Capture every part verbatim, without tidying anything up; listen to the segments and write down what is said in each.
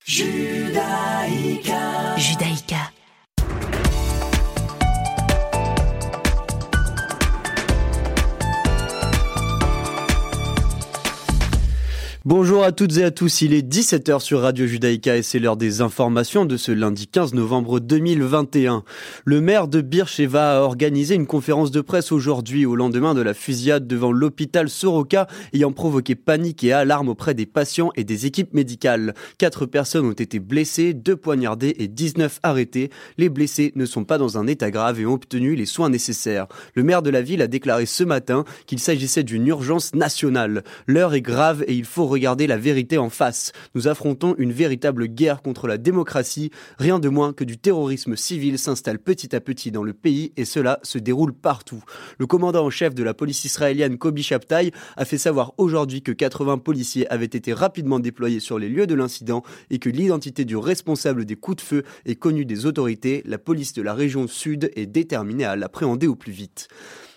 Judaïka. Judaïka. Bonjour à toutes et à tous, il est dix-sept heures sur Radio Judaïka et c'est l'heure des informations de ce lundi quinze novembre deux mille vingt et un. Le maire de Beer Sheva a organisé une conférence de presse aujourd'hui au lendemain de la fusillade devant l'hôpital Soroka ayant provoqué panique et alarme auprès des patients et des équipes médicales. Quatre personnes ont été blessées, deux poignardées et dix-neuf arrêtées. Les blessés ne sont pas dans un état grave et ont obtenu les soins nécessaires. Le maire de la ville a déclaré ce matin qu'il s'agissait d'une urgence nationale. L'heure est grave et il faut regarder la vérité en face. Nous affrontons une véritable guerre contre la démocratie. Rien de moins que du terrorisme civil s'installe petit à petit dans le pays et cela se déroule partout. Le commandant en chef de la police israélienne, Kobi Shabtai, a fait savoir aujourd'hui que quatre-vingts policiers avaient été rapidement déployés sur les lieux de l'incident et que l'identité du responsable des coups de feu est connue des autorités. La police de la région sud est déterminée à l'appréhender au plus vite.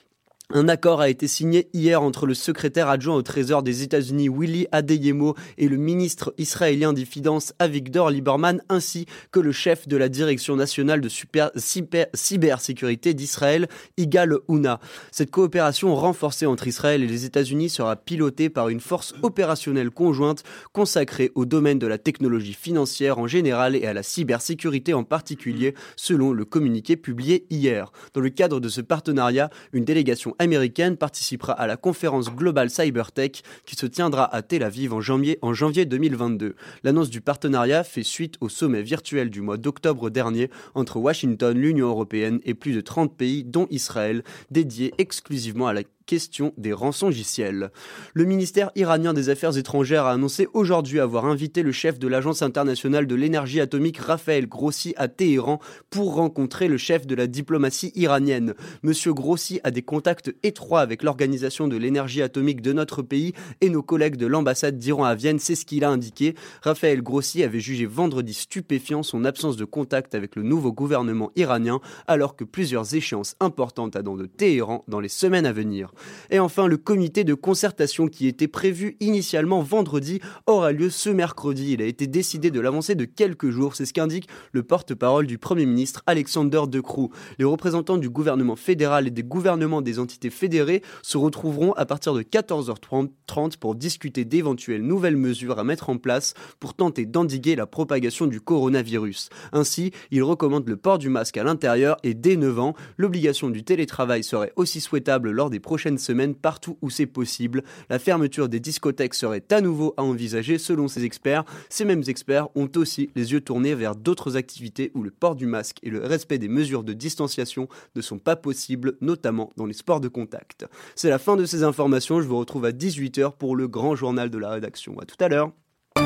Un accord a été signé hier entre le secrétaire adjoint au Trésor des États-Unis Willy Adeyemo et le ministre israélien des Finances Avigdor Lieberman ainsi que le chef de la direction nationale de super, cyber, cybersécurité d'Israël, Igal Ouna. Cette coopération renforcée entre Israël et les États-Unis sera pilotée par une force opérationnelle conjointe consacrée au domaine de la technologie financière en général et à la cybersécurité en particulier, selon le communiqué publié hier. Dans le cadre de ce partenariat, une délégation américaine participera à la conférence Global Cybertech qui se tiendra à Tel Aviv en janvier, en janvier deux mille vingt-deux. L'annonce du partenariat fait suite au sommet virtuel du mois d'octobre dernier entre Washington, l'Union européenne et plus de trente pays, dont Israël, dédié exclusivement à la question des rançongiciels. Le ministère iranien des Affaires étrangères a annoncé aujourd'hui avoir invité le chef de l'Agence internationale de l'énergie atomique Raphaël Grossi à Téhéran pour rencontrer le chef de la diplomatie iranienne. Monsieur Grossi a des contacts étroits avec l'Organisation de l'énergie atomique de notre pays et nos collègues de l'ambassade d'Iran à Vienne, c'est ce qu'il a indiqué. Raphaël Grossi avait jugé vendredi stupéfiant son absence de contact avec le nouveau gouvernement iranien alors que plusieurs échéances importantes attendent de Téhéran dans les semaines à venir. Et enfin, le comité de concertation qui était prévu initialement vendredi aura lieu ce mercredi. Il a été décidé de l'avancer de quelques jours, c'est ce qu'indique le porte-parole du Premier ministre Alexander De Croo. Les représentants du gouvernement fédéral et des gouvernements des entités fédérées se retrouveront à partir de quatorze heures trente pour discuter d'éventuelles nouvelles mesures à mettre en place pour tenter d'endiguer la propagation du coronavirus. Ainsi, il recommande le port du masque à l'intérieur et dès neuf ans, l'obligation du télétravail serait aussi souhaitable lors des prochaines semaines partout où c'est possible. La fermeture des discothèques serait à nouveau à envisager selon ces experts. Ces mêmes experts ont aussi les yeux tournés vers d'autres activités où le port du masque et le respect des mesures de distanciation ne sont pas possibles, notamment dans les sports de contact. C'est la fin de ces informations. Je vous retrouve à dix-huit heures pour le grand journal de la rédaction. À tout à l'heure.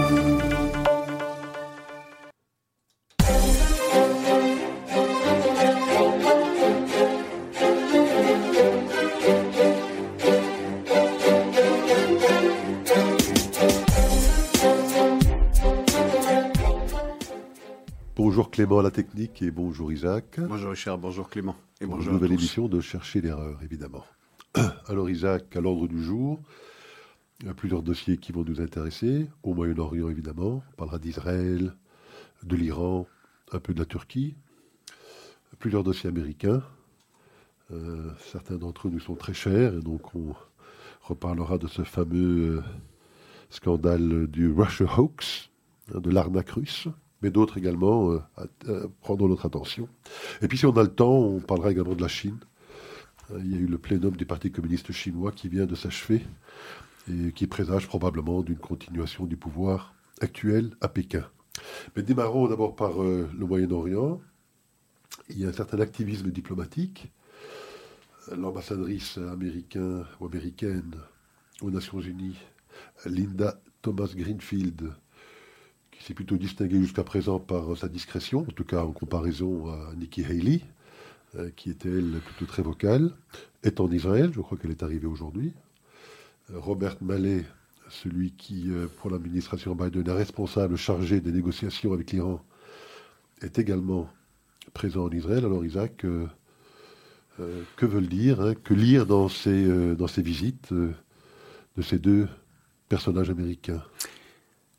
Bonjour Clément à la technique et bonjour Isaac. Bonjour Richard, bonjour Clément et bonjour Une nouvelle à tous. émission de Chercher l'erreur, évidemment. Alors Isaac, à l'ordre du jour, il y a plusieurs dossiers qui vont nous intéresser. Au Moyen-Orient, évidemment, on parlera d'Israël, de l'Iran, un peu de la Turquie. Plusieurs dossiers américains. Euh, certains d'entre eux nous sont très chers, et donc on reparlera de ce fameux euh, scandale du Russia Hoax, hein, de l'arnaque russe. Mais d'autres également euh, à, à prendre notre attention. Et puis si on a le temps, on parlera également de la Chine. Euh, il y a eu le plénum du Parti communiste chinois qui vient de s'achever et qui présage probablement d'une continuation du pouvoir actuel à Pékin. Mais démarrons d'abord par euh, le Moyen-Orient. Il y a un certain activisme diplomatique. L'ambassadrice américaine ou américaine aux Nations Unies, Linda Thomas-Greenfield, qui s'est plutôt distinguée jusqu'à présent par sa discrétion, en tout cas en comparaison à Nikki Haley, euh, qui était elle plutôt très vocale, est en Israël, je crois qu'elle est arrivée aujourd'hui. Euh, Robert Malley, celui qui, euh, pour l'administration Biden, est responsable chargé des négociations avec l'Iran, est également présent en Israël. Alors Isaac, euh, euh, que veulent dire, hein, que lire dans ces, euh, dans ces visites euh, de ces deux personnages américains ?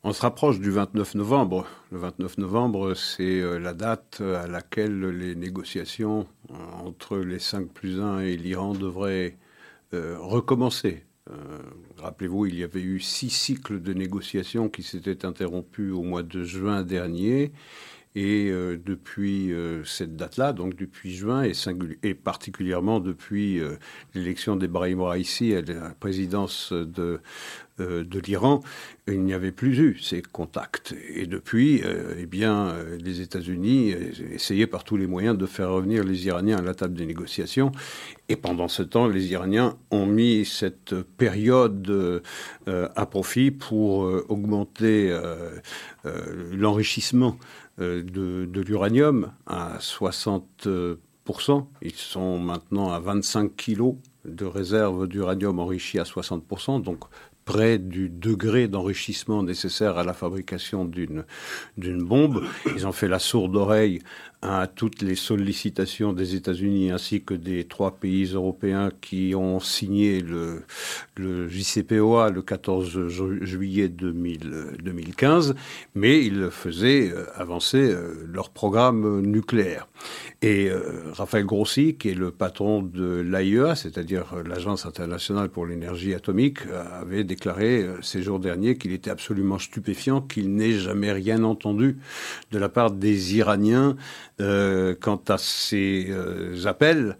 On se rapproche du vingt-neuf novembre. Le vingt-neuf novembre, c'est la date à laquelle les négociations entre les cinq plus un et l'Iran devraient euh, recommencer. Euh, rappelez-vous, il y avait eu six cycles de négociations qui s'étaient interrompus au mois de juin dernier. Et euh, depuis euh, cette date-là, donc depuis juin, et, singuli- et particulièrement depuis euh, l'élection d'Ebrahim Raïssi à la présidence de, euh, de l'Iran, il n'y avait plus eu ces contacts. Et depuis, euh, eh bien, euh, les États-Unis essayaient par tous les moyens de faire revenir les Iraniens à la table des négociations. Et pendant ce temps, les Iraniens ont mis cette période euh, à profit pour euh, augmenter euh, euh, l'enrichissement De, de l'uranium à soixante pour cent. Ils sont maintenant à vingt-cinq kilos de réserve d'uranium enrichi à soixante pour cent, donc près du degré d'enrichissement nécessaire à la fabrication d'une, d'une bombe. Ils ont fait la sourde oreille à toutes les sollicitations des États-Unis ainsi que des trois pays européens qui ont signé le, le J C P O A le quatorze juillet deux mille quinze, mais ils faisaient avancer leur programme nucléaire. Et euh, Raphaël Grossi, qui est le patron de l'A I E A, c'est-à-dire l'Agence internationale pour l'énergie atomique, avait déclaré ces jours derniers qu'il était absolument stupéfiant qu'il n'ait jamais rien entendu de la part des Iraniens Euh, quant à ces euh, appels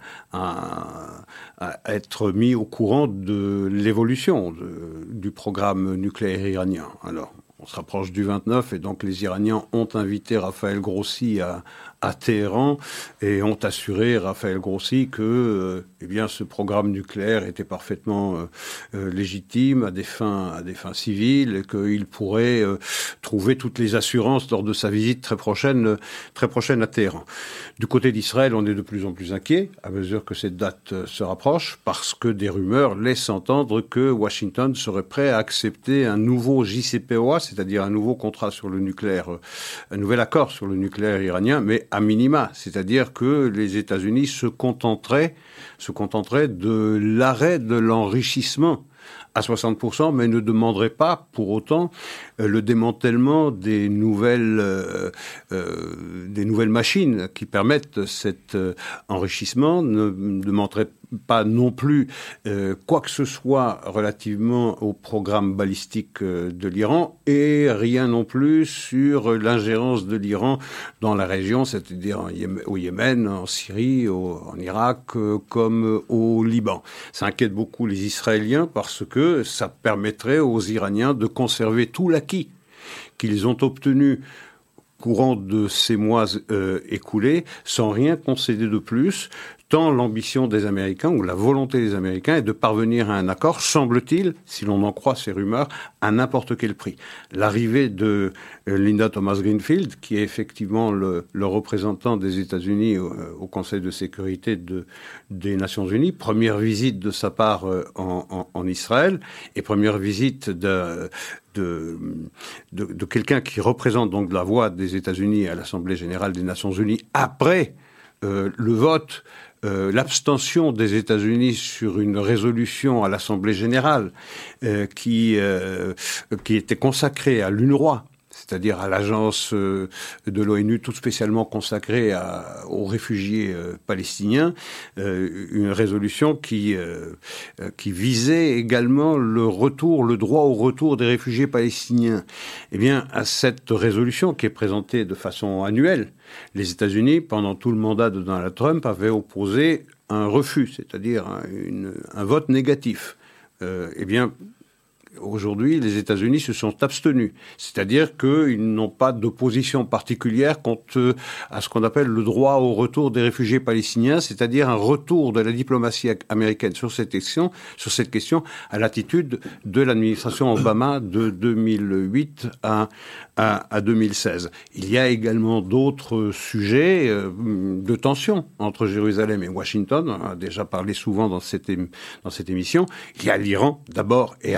à, à être mis au courant de l'évolution de, du programme nucléaire iranien. Alors, on se rapproche du vingt-neuf et donc les Iraniens ont invité Raphaël Grossi à, à Téhéran et ont assuré Raphaël Grossi que euh, eh bien, ce programme nucléaire était parfaitement euh, euh, légitime à des fins, à des fins civiles et qu'il pourrait euh, trouver toutes les assurances lors de sa visite très prochaine, très prochaine à Téhéran. Du côté d'Israël, on est de plus en plus inquiet à mesure que cette date euh, se rapproche parce que des rumeurs laissent entendre que Washington serait prêt à accepter un nouveau J C P O A, c'est-à-dire un nouveau contrat sur le nucléaire, un nouvel accord sur le nucléaire iranien, mais à minima, c'est-à-dire que les États-Unis se contenteraient, se contenteraient de l'arrêt de l'enrichissement à soixante pour cent, mais ne demanderait pas pour autant euh, le démantèlement des nouvelles, euh, euh, des nouvelles machines qui permettent cet euh, enrichissement, ne demanderait pas non plus euh, quoi que ce soit relativement au programme balistique euh, de l'Iran et rien non plus sur l'ingérence de l'Iran dans la région, c'est-à-dire en Yémen, au Yémen, en Syrie, au, en Irak, euh, comme au Liban. Ça inquiète beaucoup les Israéliens parce que ça permettrait aux Iraniens de conserver tout l'acquis qu'ils ont obtenu courant de ces mois euh, écoulés sans rien concéder de plus, tant l'ambition des Américains ou la volonté des Américains est de parvenir à un accord, semble-t-il, si l'on en croit ces rumeurs, à n'importe quel prix. L'arrivée de euh, Linda Thomas-Greenfield, qui est effectivement le, le représentant des États-Unis au, au Conseil de sécurité de, des Nations Unies, première visite de sa part euh, en, en, en Israël et première visite de... De, de, de quelqu'un qui représente donc la voix des États-Unis à l'Assemblée générale des Nations Unies après euh, le vote, euh, l'abstention des États-Unis sur une résolution à l'Assemblée générale euh, qui, euh, qui était consacrée à l'UNRWA, c'est-à-dire à l'agence de l'ONU tout spécialement consacrée à, aux réfugiés euh, palestiniens, euh, une résolution qui, euh, qui visait également le retour, le droit au retour des réfugiés palestiniens. Eh bien, à cette résolution qui est présentée de façon annuelle, les États-Unis, pendant tout le mandat de Donald Trump, avaient opposé un refus, c'est-à-dire un, une, un vote négatif. Euh, eh bien, aujourd'hui, les États-Unis se sont abstenus. C'est-à-dire qu'ils n'ont pas d'opposition particulière quant à ce qu'on appelle le droit au retour des réfugiés palestiniens, c'est-à-dire un retour de la diplomatie américaine sur cette question, sur cette question à l'attitude de l'administration Obama de deux mille huit à, à, à deux mille seize. Il y a également d'autres sujets de tension entre Jérusalem et Washington. On a déjà parlé souvent dans cette, dans cette émission. Il y a l'Iran, d'abord et avant tout.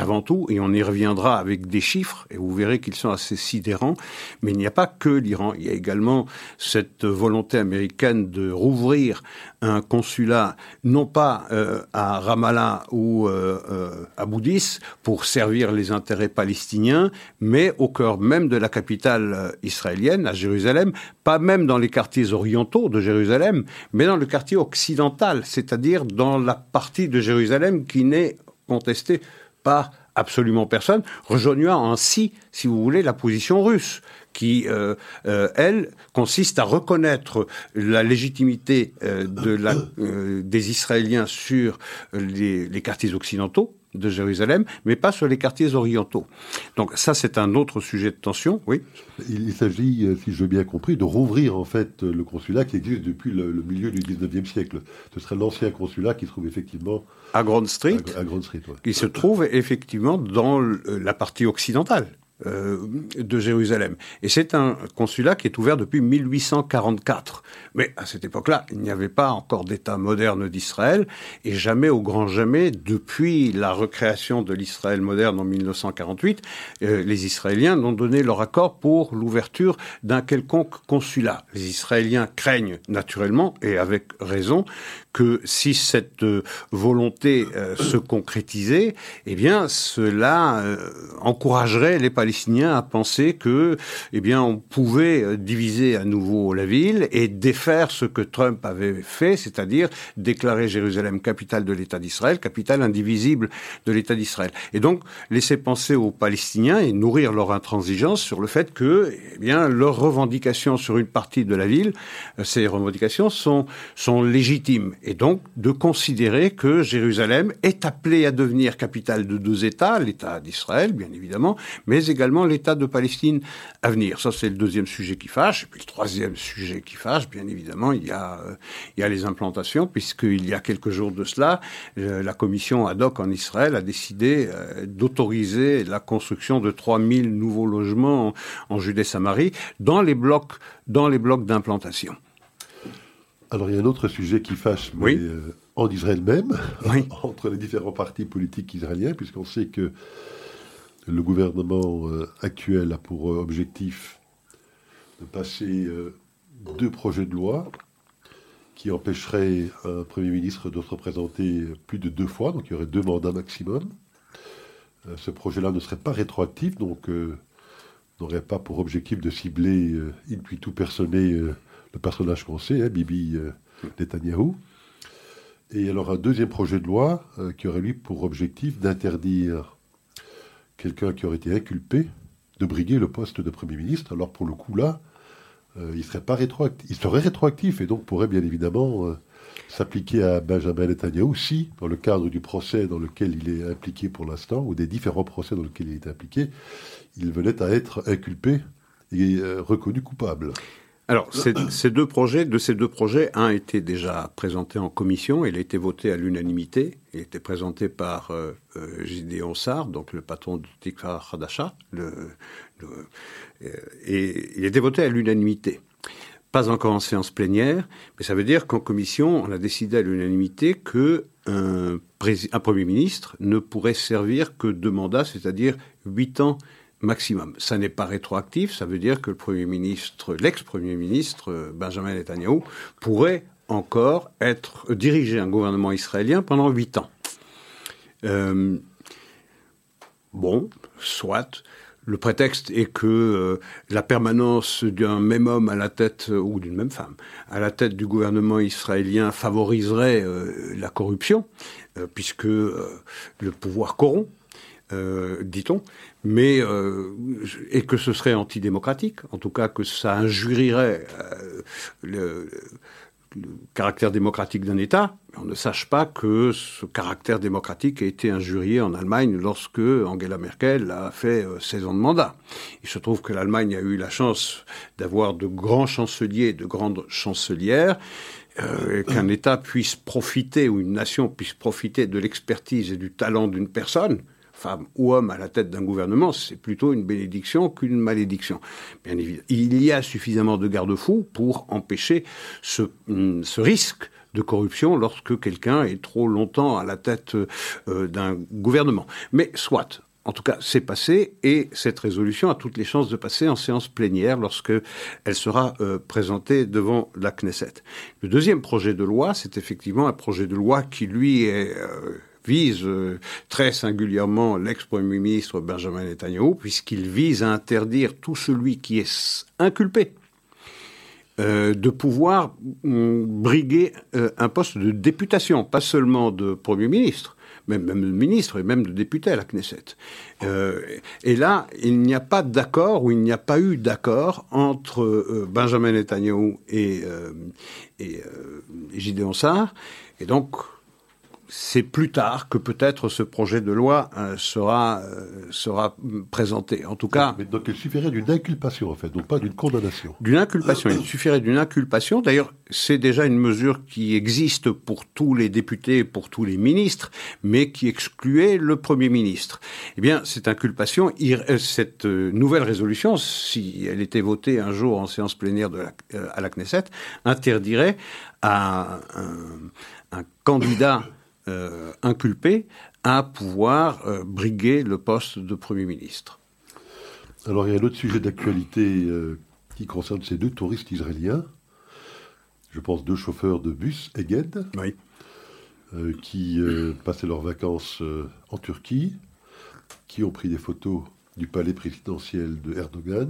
Netanyahou, et on y reviendra avec des chiffres, et vous verrez qu'ils sont assez sidérants. Mais il n'y a pas que l'Iran, il y a également cette volonté américaine de rouvrir un consulat, non pas euh, à Ramallah ou euh, euh, à Boudis, pour servir les intérêts palestiniens, mais au cœur même de la capitale euh, israélienne, à Jérusalem, pas même dans les quartiers orientaux de Jérusalem, mais dans le quartier occidental, c'est-à-dire dans la partie de Jérusalem qui n'est contestée par absolument personne, rejoignant ainsi, si vous voulez, la position russe, qui, euh, euh, elle, consiste à reconnaître la légitimité euh, de la, euh, des Israéliens sur les, les quartiers occidentaux de Jérusalem, mais pas sur les quartiers orientaux. Donc ça, c'est un autre sujet de tension, oui. Il, il s'agit, si je veux bien compris, de rouvrir en fait le consulat qui existe depuis le, le milieu du dix-neuvième siècle. Ce serait l'ancien consulat qui se trouve effectivement à Grande Street, à, à Grande Street, ouais. Qui se trouve effectivement dans le, la partie occidentale Euh, de Jérusalem. Et c'est un consulat qui est ouvert depuis mille huit cent quarante-quatre. Mais à cette époque-là, il n'y avait pas encore d'État moderne d'Israël, et jamais, au grand jamais, depuis la recréation de l'Israël moderne en mille neuf cent quarante-huit, euh, les Israéliens n'ont donné leur accord pour l'ouverture d'un quelconque consulat. Les Israéliens craignent naturellement, et avec raison, que si cette euh, volonté euh, se concrétisait, eh bien, cela euh, encouragerait les Palestiniens à penser que, eh bien, on pouvait diviser à nouveau la ville et défaire ce que Trump avait fait, c'est-à-dire déclarer Jérusalem capitale de l'État d'Israël, capitale indivisible de l'État d'Israël. Et donc, laisser penser aux Palestiniens et nourrir leur intransigeance sur le fait que, eh bien, leurs revendications sur une partie de la ville, ces revendications sont, sont légitimes. Et donc, de considérer que Jérusalem est appelée à devenir capitale de deux États, l'État d'Israël, bien évidemment, mais également l'État de Palestine à venir. Ça, c'est le deuxième sujet qui fâche. Et puis le troisième sujet qui fâche, bien évidemment, il y a, euh, il y a les implantations, puisqu'il y a quelques jours de cela, euh, la commission ad hoc en Israël a décidé euh, d'autoriser la construction de trois mille nouveaux logements en, en Judée-Samarie dans les blocs, dans les blocs d'implantation. Alors, il y a un autre sujet qui fâche, mais oui. euh, en Israël même, oui. entre les différents partis politiques israéliens, puisqu'on sait que le gouvernement euh, actuel a pour euh, objectif de passer euh, deux projets de loi qui empêcheraient un Premier ministre de se représenter plus de deux fois, donc il y aurait deux mandats maximum. Euh, ce projet-là ne serait pas rétroactif, donc euh, n'aurait pas pour objectif de cibler euh, in vitu personae euh, le personnage qu'on sait, hein, Bibi euh, Netanyahou. Et alors un deuxième projet de loi euh, qui aurait lui pour objectif d'interdire quelqu'un qui aurait été inculpé de briguer le poste de Premier ministre. Alors pour le coup là, euh, il serait pas rétroactif, il serait rétroactif et donc pourrait bien évidemment euh, s'appliquer à Benjamin Netanyahou si, dans le cadre du procès dans lequel il est impliqué pour l'instant, ou des différents procès dans lesquels il est impliqué, il venait à être inculpé et euh, reconnu coupable. Alors, ces, ces deux projets, de ces deux projets, un était déjà présenté en commission, il a été voté à l'unanimité, il était présenté par euh, euh, Gideon Sa'ar, donc le patron du Tikva Hadasha, le, le, euh, et il était voté à l'unanimité. Pas encore en séance plénière, mais ça veut dire qu'en commission, on a décidé à l'unanimité que un, pré- un Premier ministre ne pourrait servir que deux mandats, c'est-à-dire huit ans maximum. Ça n'est pas rétroactif, ça veut dire que le Premier ministre, l'ex-Premier ministre Benjamin Netanyahou pourrait encore être diriger un gouvernement israélien pendant huit ans. Euh, bon, soit. Le prétexte est que euh, la permanence d'un même homme à la tête, euh, ou d'une même femme, à la tête du gouvernement israélien favoriserait euh, la corruption, euh, puisque euh, le pouvoir corrompt. Euh, dit-on, mais euh, et que ce serait antidémocratique, en tout cas que ça injurierait euh, le, le caractère démocratique d'un État. On ne sache pas que ce caractère démocratique a été injurié en Allemagne lorsque Angela Merkel a fait euh, seize ans de mandat. Il se trouve que l'Allemagne a eu la chance d'avoir de grands chanceliers, de grandes chancelières, Euh, qu'un État puisse profiter, ou une nation puisse profiter de l'expertise et du talent d'une personne, femme ou homme à la tête d'un gouvernement, c'est plutôt une bénédiction qu'une malédiction. Bien évidemment, il y a suffisamment de garde-fous pour empêcher ce, ce risque de corruption lorsque quelqu'un est trop longtemps à la tête euh, d'un gouvernement. Mais soit, en tout cas, c'est passé, et cette résolution a toutes les chances de passer en séance plénière lorsque elle sera euh, présentée devant la Knesset. Le deuxième projet de loi, c'est effectivement un projet de loi qui, lui, est, euh, vise euh, très singulièrement l'ex-premier ministre Benjamin Netanyahou, puisqu'il vise à interdire tout celui qui est inculpé euh, de pouvoir euh, briguer euh, un poste de députation, pas seulement de Premier ministre, Même, même de ministre et même de député à la Knesset. Euh, et là, il n'y a pas d'accord, ou il n'y a pas eu d'accord entre euh, Benjamin Netanyahou et, euh, et euh, Gideon Sa'ar. Et donc, c'est plus tard que peut-être ce projet de loi euh, sera, euh, sera présenté. En tout cas... Mais donc il suffirait d'une inculpation, en fait, donc pas d'une condamnation. D'une inculpation. Il suffirait d'une inculpation. D'ailleurs, c'est déjà une mesure qui existe pour tous les députés, pour tous les ministres, mais qui excluait le Premier ministre. Eh bien, cette inculpation, cette nouvelle résolution, si elle était votée un jour en séance plénière de la, à la Knesset, interdirait à un, un candidat Euh, inculpé à pouvoir euh, briguer le poste de Premier ministre. Alors, il y a un autre sujet d'actualité euh, qui concerne ces deux touristes israéliens. Je pense deux chauffeurs de bus, Eged, oui. euh, qui euh, passaient leurs vacances euh, en Turquie, qui ont pris des photos du palais présidentiel de Erdogan,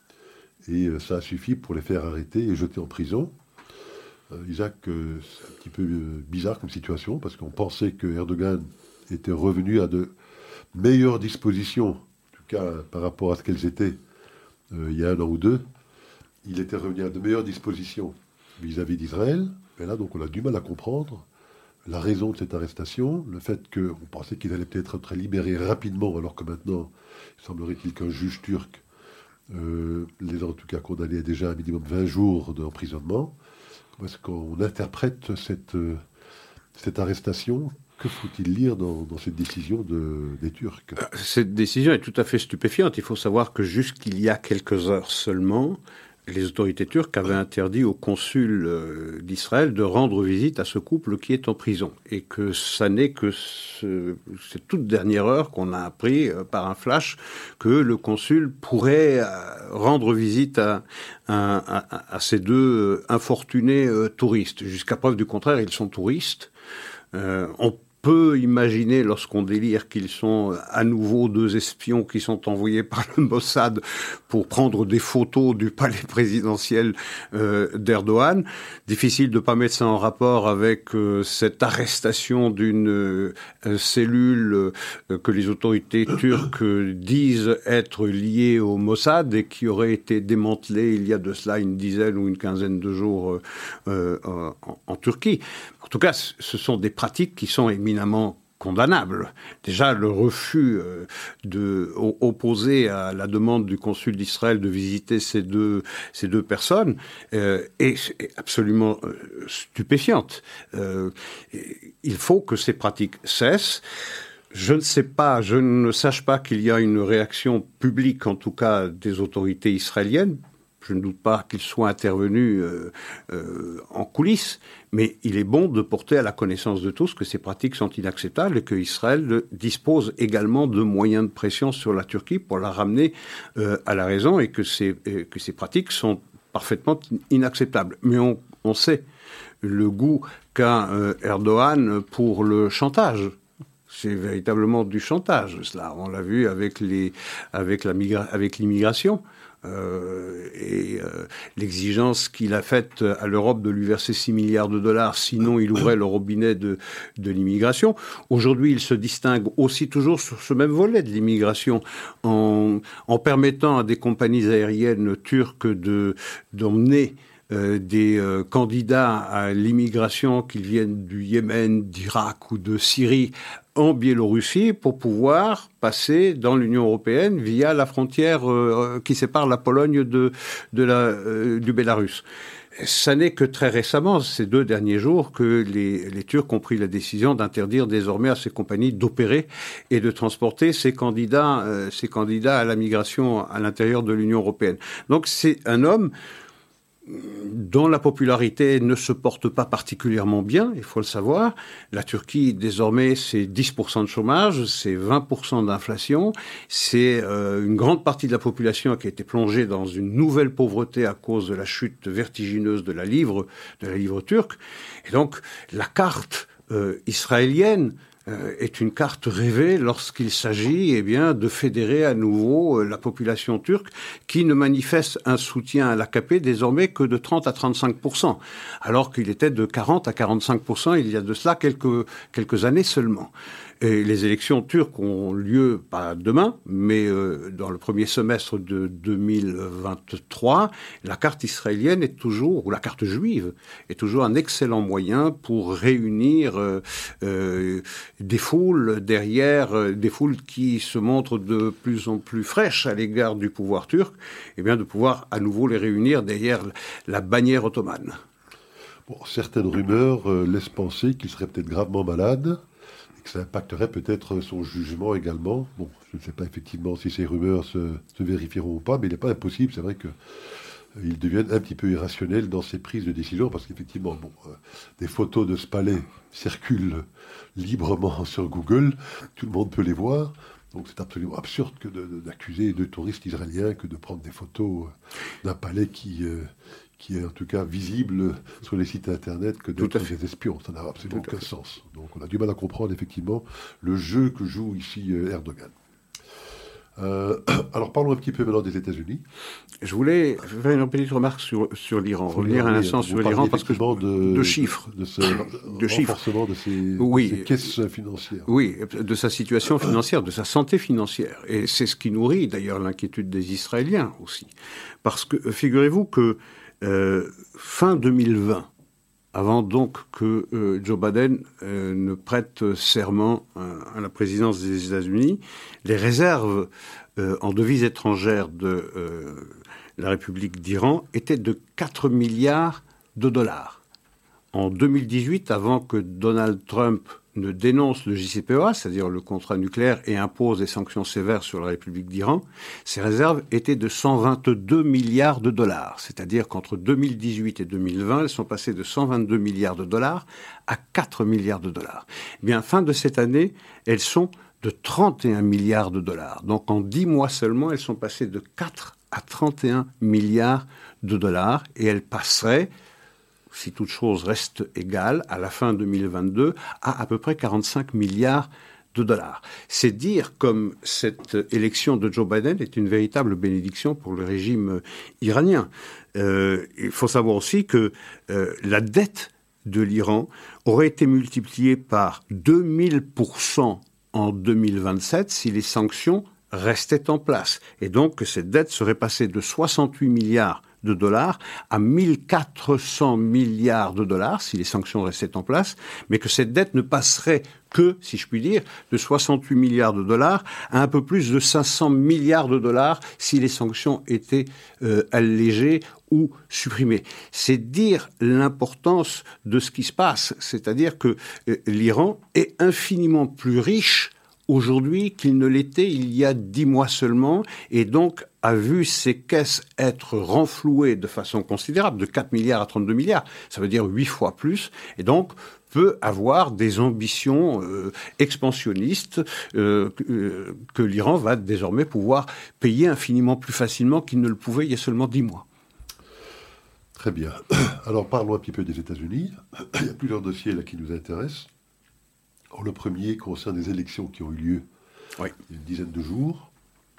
et euh, ça a suffi pour les faire arrêter et jeter en prison. Euh, Isaac, euh, c'est un petit peu euh, bizarre comme situation, parce qu'on pensait que Erdogan était revenu à de meilleures dispositions, en tout cas par rapport à ce qu'elles étaient euh, il y a un an ou deux. Il était revenu à de meilleures dispositions vis-à-vis d'Israël, mais là, donc, on a du mal à comprendre la raison de cette arrestation, le fait qu'on pensait qu'il allait peut-être être libéré rapidement, alors que maintenant, il semblerait-il qu'un juge turc euh, les a en tout cas condamnés déjà à un minimum vingt jours d'emprisonnement. Est-ce qu'on interprète cette, euh, cette arrestation? Que faut-il lire dans, dans cette décision de, des Turcs? Cette décision est tout à fait stupéfiante. Il faut savoir que jusqu'il y a quelques heures seulement, les autorités turques avaient interdit au consul euh, d'Israël de rendre visite à ce couple qui est en prison. Et que ça n'est que ce, cette toute dernière heure qu'on a appris euh, par un flash que le consul pourrait euh, rendre visite à, à, à, à ces deux euh, infortunés euh, touristes. Jusqu'à preuve du contraire, ils sont touristes. Euh, on peut imaginer, lorsqu'on délire, qu'ils sont à nouveau deux espions qui sont envoyés par le Mossad pour prendre des photos du palais présidentiel euh, d'Erdogan. Difficile de ne pas mettre ça en rapport avec euh, cette arrestation d'une euh, cellule euh, que les autorités turques disent être liée au Mossad et qui aurait été démantelée il y a de cela une dizaine ou une quinzaine de jours euh, euh, en, en Turquie. En tout cas, ce sont des pratiques qui sont éminemment condamnables. Déjà, le refus euh, de, opposé à la demande du consul d'Israël de visiter ces deux, ces deux personnes euh, est, est absolument euh, stupéfiante. Euh, il faut que ces pratiques cessent. Je ne sais pas, je ne sache pas qu'il y a une réaction publique, en tout cas des autorités israéliennes. Je ne doute pas qu'il soit intervenu euh, euh, en coulisses, mais il est bon de porter à la connaissance de tous que ces pratiques sont inacceptables et qu'Israël dispose également de moyens de pression sur la Turquie pour la ramener euh, à la raison et que ces, euh, que ces pratiques sont parfaitement inacceptables. Mais on, on sait le goût qu'a euh, Erdogan pour le chantage. C'est véritablement du chantage, cela. On l'a vu avec, les, avec, la migra- avec l'immigration. Euh, et euh, l'exigence qu'il a faite à l'Europe de lui verser six milliards de dollars, sinon il ouvrait le robinet de, de l'immigration. Aujourd'hui, il se distingue aussi toujours sur ce même volet de l'immigration en, en permettant à des compagnies aériennes turques de, d'emmener Euh, des euh, candidats à l'immigration, qu'ils viennent du Yémen, d'Irak ou de Syrie, en Biélorussie, pour pouvoir passer dans l'Union européenne via la frontière euh, qui sépare la Pologne de, de la, euh, du Bélarus. Ça n'est que très récemment, ces deux derniers jours, que les, les Turcs ont pris la décision d'interdire désormais à ces compagnies d'opérer et de transporter ces candidats, euh, ces candidats à la migration à l'intérieur de l'Union européenne. Donc c'est un homme dont la popularité ne se porte pas particulièrement bien, il faut le savoir. La Turquie, désormais, c'est dix pour cent de chômage, c'est vingt pour cent d'inflation, c'est euh, une grande partie de la population qui a été plongée dans une nouvelle pauvreté à cause de la chute vertigineuse de la livre, de la livre turque. Et donc, la carte euh, israélienne est une carte rêvée lorsqu'il s'agit eh bien, de fédérer à nouveau la population turque qui ne manifeste un soutien à l'A K P désormais que de trente à trente-cinq pour cent, alors qu'il était de quarante à quarante-cinq pour cent il y a de cela quelques, quelques années seulement. Et les élections turques ont lieu, pas demain, mais euh, dans le premier semestre de deux mille vingt-trois, la carte israélienne est toujours, ou la carte juive, est toujours un excellent moyen pour réunir euh, euh, des foules derrière, euh, des foules qui se montrent de plus en plus fraîches à l'égard du pouvoir turc, et bien de pouvoir à nouveau les réunir derrière la bannière ottomane. Bon, certaines rumeurs euh, laissent penser qu'il serait peut-être gravement malade, et que ça impacterait peut-être son jugement également. Bon, je ne sais pas effectivement si ces rumeurs se, se vérifieront ou pas, mais il n'est pas impossible, c'est vrai que euh, ils deviennent un petit peu irrationnels dans ces prises de décision, parce qu'effectivement, bon, euh, des photos de ce palais circulent librement sur Google, tout le monde peut les voir, donc c'est absolument absurde que de, de, d'accuser deux touristes israéliens que de prendre des photos euh, d'un palais qui... Euh, qui est en tout cas visible sur les sites internet que d'être des espions. Ça n'a absolument aucun sens. Donc on a du mal à comprendre effectivement le jeu que joue ici euh, Erdogan. Euh, alors parlons un petit peu maintenant des États-Unis. Je voulais faire une petite remarque sur, sur l'Iran, revenir un instant sur l'Iran parce que de, de chiffres, de ce de renforcement de ses, oui, de ses caisses financières. Oui, de sa situation financière, de sa santé financière. Et c'est ce qui nourrit d'ailleurs l'inquiétude des Israéliens aussi. Parce que figurez-vous que Euh, fin deux mille vingt, avant donc que euh, Joe Biden euh, ne prête serment euh, à la présidence des États-Unis, les réserves euh, en devises étrangères de euh, la République d'Iran étaient de quatre milliards de dollars. En deux mille dix-huit, avant que Donald Trump ne dénonce le J C P O A, c'est-à-dire le contrat nucléaire, et impose des sanctions sévères sur la République d'Iran, ces réserves étaient de cent vingt-deux milliards de dollars. C'est-à-dire qu'entre deux mille dix-huit et deux mille vingt, elles sont passées de cent vingt-deux milliards de dollars à quatre milliards de dollars. Eh bien, fin de cette année, elles sont de trente et un milliards de dollars. Donc, en dix mois seulement, elles sont passées de quatre à trente et un milliards de dollars, et elles passeraient, si toute chose reste égale, à la fin deux mille vingt-deux, à à peu près quarante-cinq milliards de dollars. C'est dire comme cette élection de Joe Biden est une véritable bénédiction pour le régime iranien. Euh, il faut savoir aussi que euh, la dette de l'Iran aurait été multipliée par deux mille pour cent en deux mille vingt-sept si les sanctions restaient en place. Et donc que cette dette serait passée de soixante-huit milliards de dollars à mille quatre cents milliards de dollars si les sanctions restaient en place, mais que cette dette ne passerait que, si je puis dire, de soixante-huit milliards de dollars à un peu plus de cinq cents milliards de dollars si les sanctions étaient euh, allégées ou supprimées. C'est dire l'importance de ce qui se passe, c'est-à-dire que euh, l'Iran est infiniment plus riche aujourd'hui qu'il ne l'était il y a dix mois seulement, et donc a vu ses caisses être renflouées de façon considérable, de quatre milliards à trente-deux milliards, ça veut dire huit fois plus, et donc peut avoir des ambitions euh, expansionnistes euh, euh, que l'Iran va désormais pouvoir payer infiniment plus facilement qu'il ne le pouvait il y a seulement dix mois. Très bien. Alors parlons un petit peu des États-Unis. Il y a plusieurs dossiers là qui nous intéressent. Alors, le premier concerne des élections qui ont eu lieu oui. il y a une dizaine de jours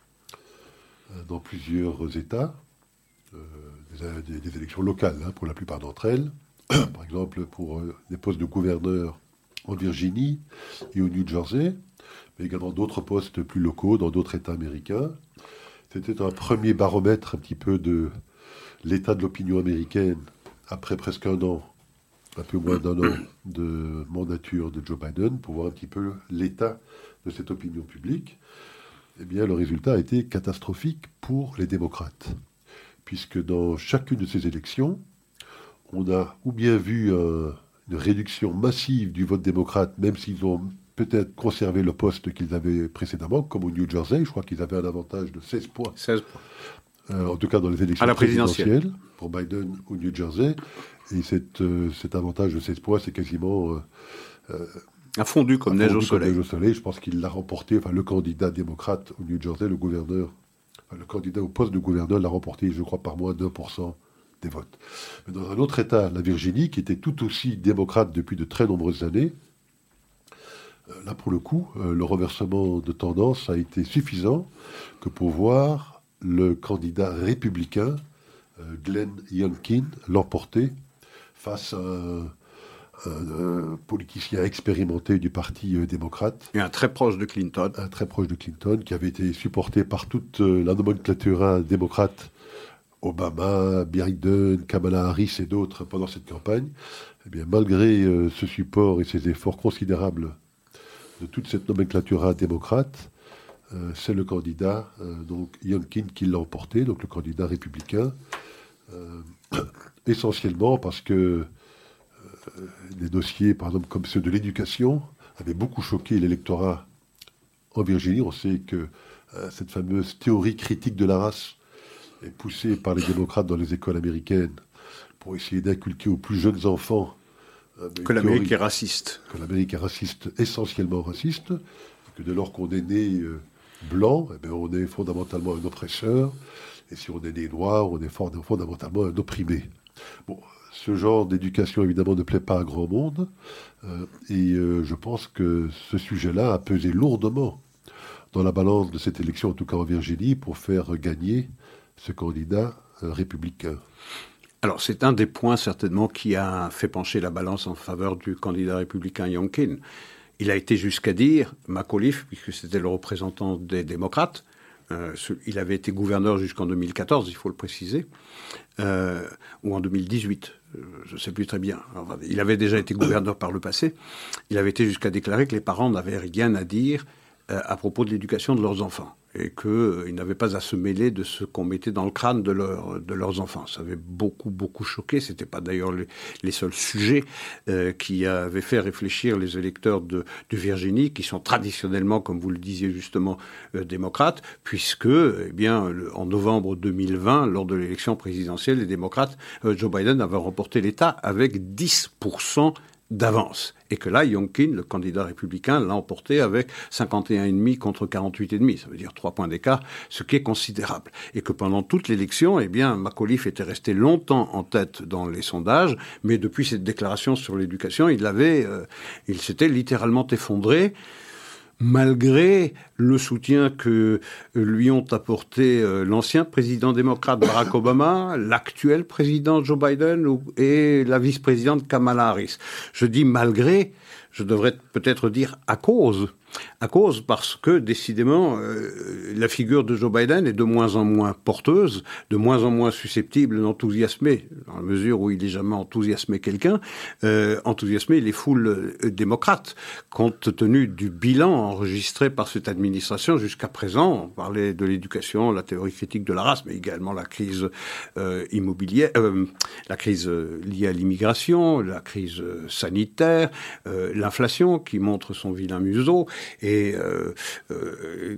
euh, dans plusieurs États, euh, des, des, des élections locales hein, pour la plupart d'entre elles. Par exemple pour euh, des postes de gouverneur en Virginie et au New Jersey, mais également d'autres postes plus locaux dans d'autres États américains. C'était un premier baromètre un petit peu de l'état de l'opinion américaine après presque un an, un peu moins d'un an de mandature de Joe Biden, pour voir un petit peu l'état de cette opinion publique. Eh bien, le résultat a été catastrophique pour les démocrates, puisque dans chacune de ces élections, on a ou bien vu euh, une réduction massive du vote démocrate, même s'ils ont peut-être conservé le poste qu'ils avaient précédemment, comme au New Jersey, je crois qu'ils avaient un avantage de seize points. seize points. euh, en tout cas dans les élections à la présidentielles, présidentielle, pour Biden au New Jersey. Et cette, euh, cet avantage de seize points, c'est quasiment... Euh, euh, a fondu comme neige au soleil. Neige au soleil. Je pense qu'il l'a remporté, enfin le candidat démocrate au New Jersey, le gouverneur, enfin, le candidat au poste de gouverneur l'a remporté, je crois, par moins d'un pour cent des votes. Mais dans un autre État, la Virginie, qui était tout aussi démocrate depuis de très nombreuses années, euh, là pour le coup, euh, le renversement de tendance a été suffisant que pour voir le candidat républicain, euh, Glenn Youngkin, l'emporter face à un, un, un politicien expérimenté du Parti euh, démocrate. Et un très proche de Clinton. Un très proche de Clinton, qui avait été supporté par toute euh, la nomenclature démocrate, Obama, Biden, Kamala Harris et d'autres pendant cette campagne. Eh bien, malgré euh, ce support et ces efforts considérables de toute cette nomenclature démocrate, euh, c'est le candidat, euh, donc Youngkin, qui l'a emporté, donc le candidat républicain, euh, essentiellement parce que euh, des dossiers, par exemple, comme ceux de l'éducation, avaient beaucoup choqué l'électorat en Virginie. On sait que euh, cette fameuse théorie critique de la race est poussée par les démocrates dans les écoles américaines pour essayer d'inculquer aux plus jeunes enfants euh, que l'Amérique est raciste. Que l'Amérique est raciste, essentiellement raciste, et que dès lors qu'on est né euh, blanc, eh bien, on est fondamentalement un oppresseur, et si on est né noir, on est fondamentalement un opprimé. Bon, ce genre d'éducation, évidemment, ne plaît pas à grand monde, euh, et euh, je pense que ce sujet-là a pesé lourdement dans la balance de cette élection, en tout cas en Virginie, pour faire gagner ce candidat euh, républicain. Alors, c'est un des points, certainement, qui a fait pencher la balance en faveur du candidat républicain Youngkin. Il a été jusqu'à dire, McAuliffe, puisque c'était le représentant des démocrates, euh, il avait été gouverneur jusqu'en deux mille quatorze, il faut le préciser, euh, ou en deux mille dix-huit, euh, je ne sais plus très bien. Enfin, il avait déjà été gouverneur par le passé. Il avait été jusqu'à déclarer que les parents n'avaient rien à dire euh, à propos de l'éducation de leurs enfants, et qu'ils euh, n'avaient pas à se mêler de ce qu'on mettait dans le crâne de, leur, de leurs enfants. Ça avait beaucoup, beaucoup choqué. Ce n'était pas d'ailleurs les, les seuls sujets euh, qui avaient fait réfléchir les électeurs de, de Virginie, qui sont traditionnellement, comme vous le disiez justement, euh, démocrates, puisque, eh bien, le, en novembre deux mille vingt, lors de l'élection présidentielle, les démocrates, euh, Joe Biden avait remporté l'État avec dix pour cent d'avance. Et que là, Youngkin, le candidat républicain, l'a emporté avec cinquante et un virgule cinq contre quarante-huit virgule cinq. Ça veut dire trois points d'écart, ce qui est considérable. Et que pendant toute l'élection, eh bien, McAuliffe était resté longtemps en tête dans les sondages, mais depuis cette déclaration sur l'éducation, il avait, euh, il s'était littéralement effondré, malgré le soutien que lui ont apporté euh, l'ancien président démocrate Barack Obama, l'actuel président Joe Biden et la vice-présidente Kamala Harris. Je dis malgré, je devrais peut-être dire à cause. À cause parce que, décidément, euh, la figure de Joe Biden est de moins en moins porteuse, de moins en moins susceptible d'enthousiasmer, dans la mesure où il n'est jamais enthousiasmé quelqu'un, euh, enthousiasmer les foules euh, démocrates, compte tenu du bilan enregistré par cette administration jusqu'à présent. On parlait de l'éducation, la théorie critique de la race, mais également la crise euh, immobilière, euh, la crise liée à l'immigration, la crise sanitaire, euh, l'inflation qui montre son vilain museau, et euh, euh,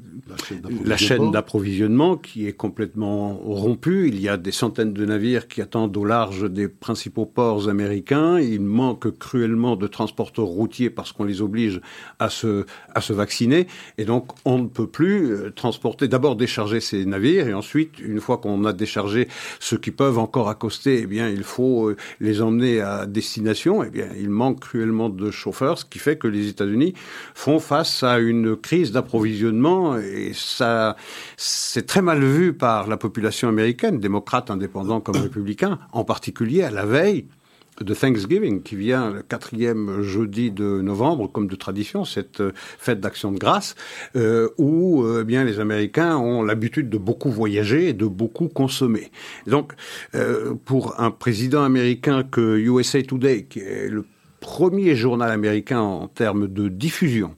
la chaîne d'approvisionnement qui est complètement rompue. Il y a des centaines de navires qui attendent au large des principaux ports américains. Il manque cruellement de transporteurs routiers parce qu'on les oblige à se, à se vacciner. Et donc, on ne peut plus transporter, d'abord décharger ces navires, et ensuite, une fois qu'on a déchargé ceux qui peuvent encore accoster, eh bien, il faut les emmener à destination. Eh bien, il manque cruellement de chauffeurs, ce qui fait que les États-Unis font face à une crise d'approvisionnement, et ça, c'est très mal vu par la population américaine, démocrates, indépendants comme républicains, en particulier à la veille de Thanksgiving, qui vient le quatrième jeudi de novembre, comme de tradition, cette fête d'action de grâce, euh, où euh, eh bien les Américains ont l'habitude de beaucoup voyager et de beaucoup consommer. Et donc, euh, pour un président américain que U S A Today, qui est le premier journal américain en termes de diffusion,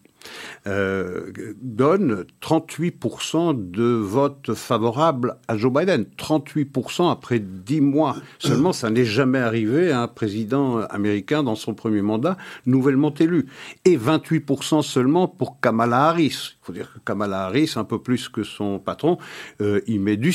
Euh, donne trente-huit pour cent de votes favorables à Joe Biden. trente-huit pour cent après dix mois seulement, ça n'est jamais arrivé à un président américain dans son premier mandat nouvellement élu. Et vingt-huit pour cent seulement pour Kamala Harris. Il faut dire que Kamala Harris, un peu plus que son patron, euh, y met du sien.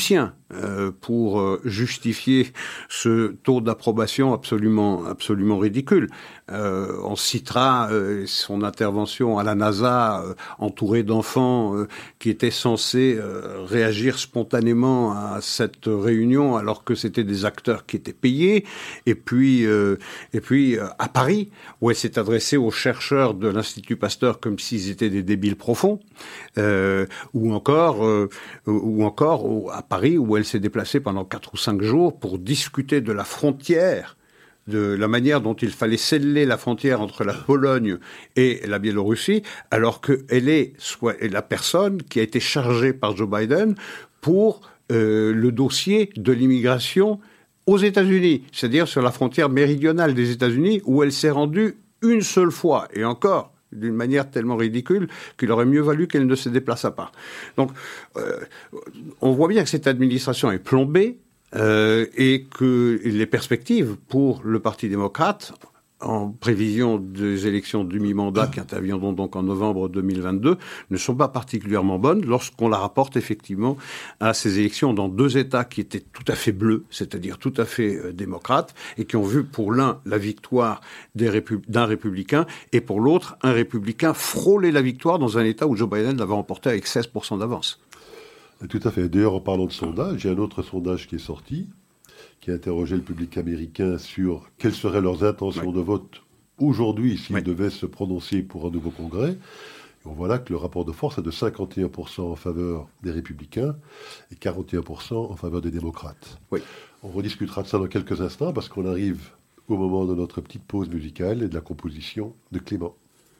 euh, pour euh, justifier ce taux d'approbation absolument, absolument ridicule. Euh, on citera euh, son intervention à la NASA, euh, entourée d'enfants euh, qui étaient censés euh, réagir spontanément à cette réunion, alors que c'était des acteurs qui étaient payés. Et puis, euh, et puis euh, à Paris, où elle s'est adressée aux chercheurs de l'Institut Pasteur comme s'ils étaient des débiles profonds, euh, ou encore, euh, ou encore au, à Paris, où elle s'est déplacée pendant quatre ou cinq jours pour discuter de la frontière, de la manière dont il fallait sceller la frontière entre la Pologne et la Biélorussie, alors qu'elle est soit la personne qui a été chargée par Joe Biden pour euh, le dossier de l'immigration aux États-Unis, c'est-à-dire sur la frontière méridionale des États-Unis, où elle s'est rendue une seule fois, et encore d'une manière tellement ridicule qu'il aurait mieux valu qu'elle ne se déplaçât pas. Donc, euh, on voit bien que cette administration est plombée, Euh, et que les perspectives pour le Parti démocrate, en prévision des élections du mi-mandat qui interviendront donc en novembre deux mille vingt-deux, ne sont pas particulièrement bonnes lorsqu'on la rapporte effectivement à ces élections dans deux États qui étaient tout à fait bleus, c'est-à-dire tout à fait euh, démocrates, et qui ont vu pour l'un la victoire des répu- d'un républicain, et pour l'autre un républicain frôler la victoire dans un État où Joe Biden l'avait remporté avec seize pour cent d'avance. Tout à fait. D'ailleurs, en parlant de sondage, il y a un autre sondage qui est sorti, qui a interrogé le public américain sur quelles seraient leurs intentions oui. de vote aujourd'hui s'ils oui. devaient se prononcer pour un nouveau congrès. Et on voit là que le rapport de force est de cinquante et un pour cent en faveur des républicains et quarante et un pour cent en faveur des démocrates. Oui. On rediscutera de ça dans quelques instants parce qu'on arrive au moment de notre petite pause musicale et de la composition de Clément.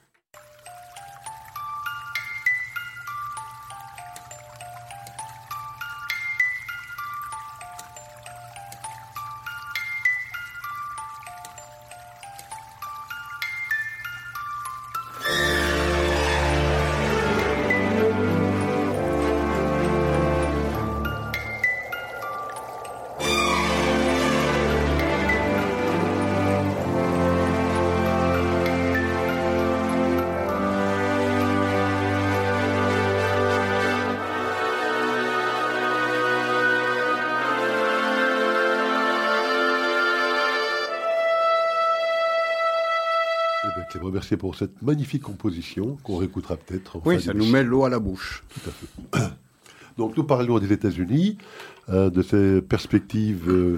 Remercier pour cette magnifique composition qu'on réécoutera peut-être. En oui, fin ça d'émission. nous met l'eau à la bouche. Tout à fait. Donc nous parlons des États-Unis, euh, de ces perspectives euh,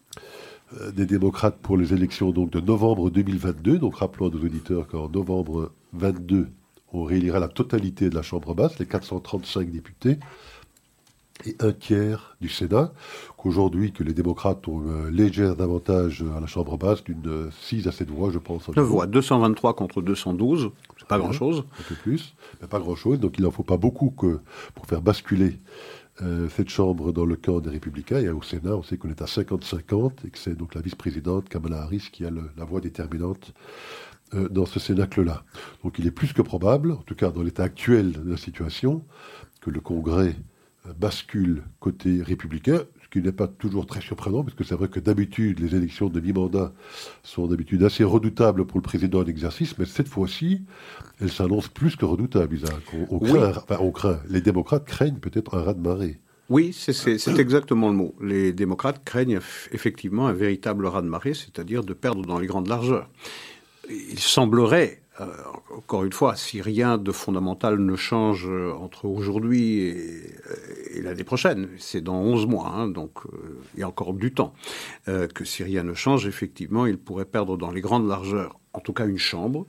euh, des démocrates pour les élections donc, de novembre deux mille vingt-deux. Donc rappelons à nos auditeurs qu'en novembre vingt-deux, on réélira la totalité de la Chambre basse, les quatre cent trente-cinq députés, et un tiers du Sénat, qu'aujourd'hui que les démocrates ont un léger avantage à la Chambre basse d'une six à sept voix, je pense. neuf voix, deux cent vingt-trois contre deux cent douze, c'est pas grand-chose. Un peu plus, mais pas grand-chose, donc il n'en faut pas beaucoup que, pour faire basculer euh, cette Chambre dans le camp des Républicains. Et au Sénat, on sait qu'on est à cinquante cinquante, et que c'est donc la vice-présidente Kamala Harris qui a le, la voix déterminante euh, dans ce cénacle-là. Donc il est plus que probable, en tout cas dans l'état actuel de la situation, que le Congrès bascule côté républicain, ce qui n'est pas toujours très surprenant, parce que c'est vrai que d'habitude, les élections de mi-mandat sont d'habitude assez redoutables pour le président en exercice, mais cette fois-ci, elles s'annoncent plus que redoutables, Isaac. On, on, craint, oui. enfin, on craint, les démocrates craignent peut-être un raz-de-marée. Oui, c'est, c'est, c'est exactement le mot. Les démocrates craignent effectivement un véritable raz-de-marée, c'est-à-dire de perdre dans les grandes largeurs. Il semblerait, euh, encore une fois, si rien de fondamental ne change entre aujourd'hui et, et l'année prochaine, c'est dans onze mois, hein, donc euh, il y a encore du temps, euh, que si rien ne change, effectivement, il pourrait perdre dans les grandes largeurs, en tout cas une chambre,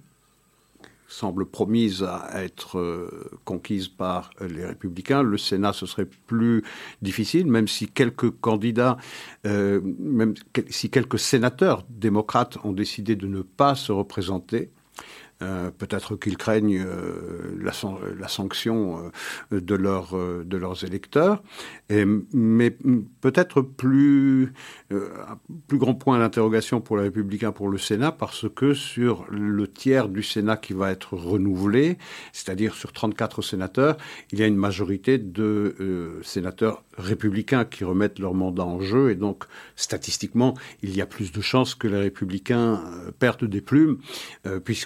semble promise à être euh, conquise par les Républicains. Le Sénat, ce serait plus difficile, même si quelques candidats, euh, même si quelques sénateurs démocrates ont décidé de ne pas se représenter. Euh, peut-être qu'ils craignent euh, la, la sanction euh, de, leur, euh, de leurs électeurs, et, mais peut-être plus, euh, un plus grand point d'interrogation pour les Républicains, pour le Sénat, parce que sur le tiers du Sénat qui va être renouvelé, c'est-à-dire sur trente-quatre sénateurs, il y a une majorité de euh, sénateurs républicains qui remettent leur mandat en jeu, et donc statistiquement, il y a plus de chances que les Républicains euh, perdent des plumes, euh, puisqu'ils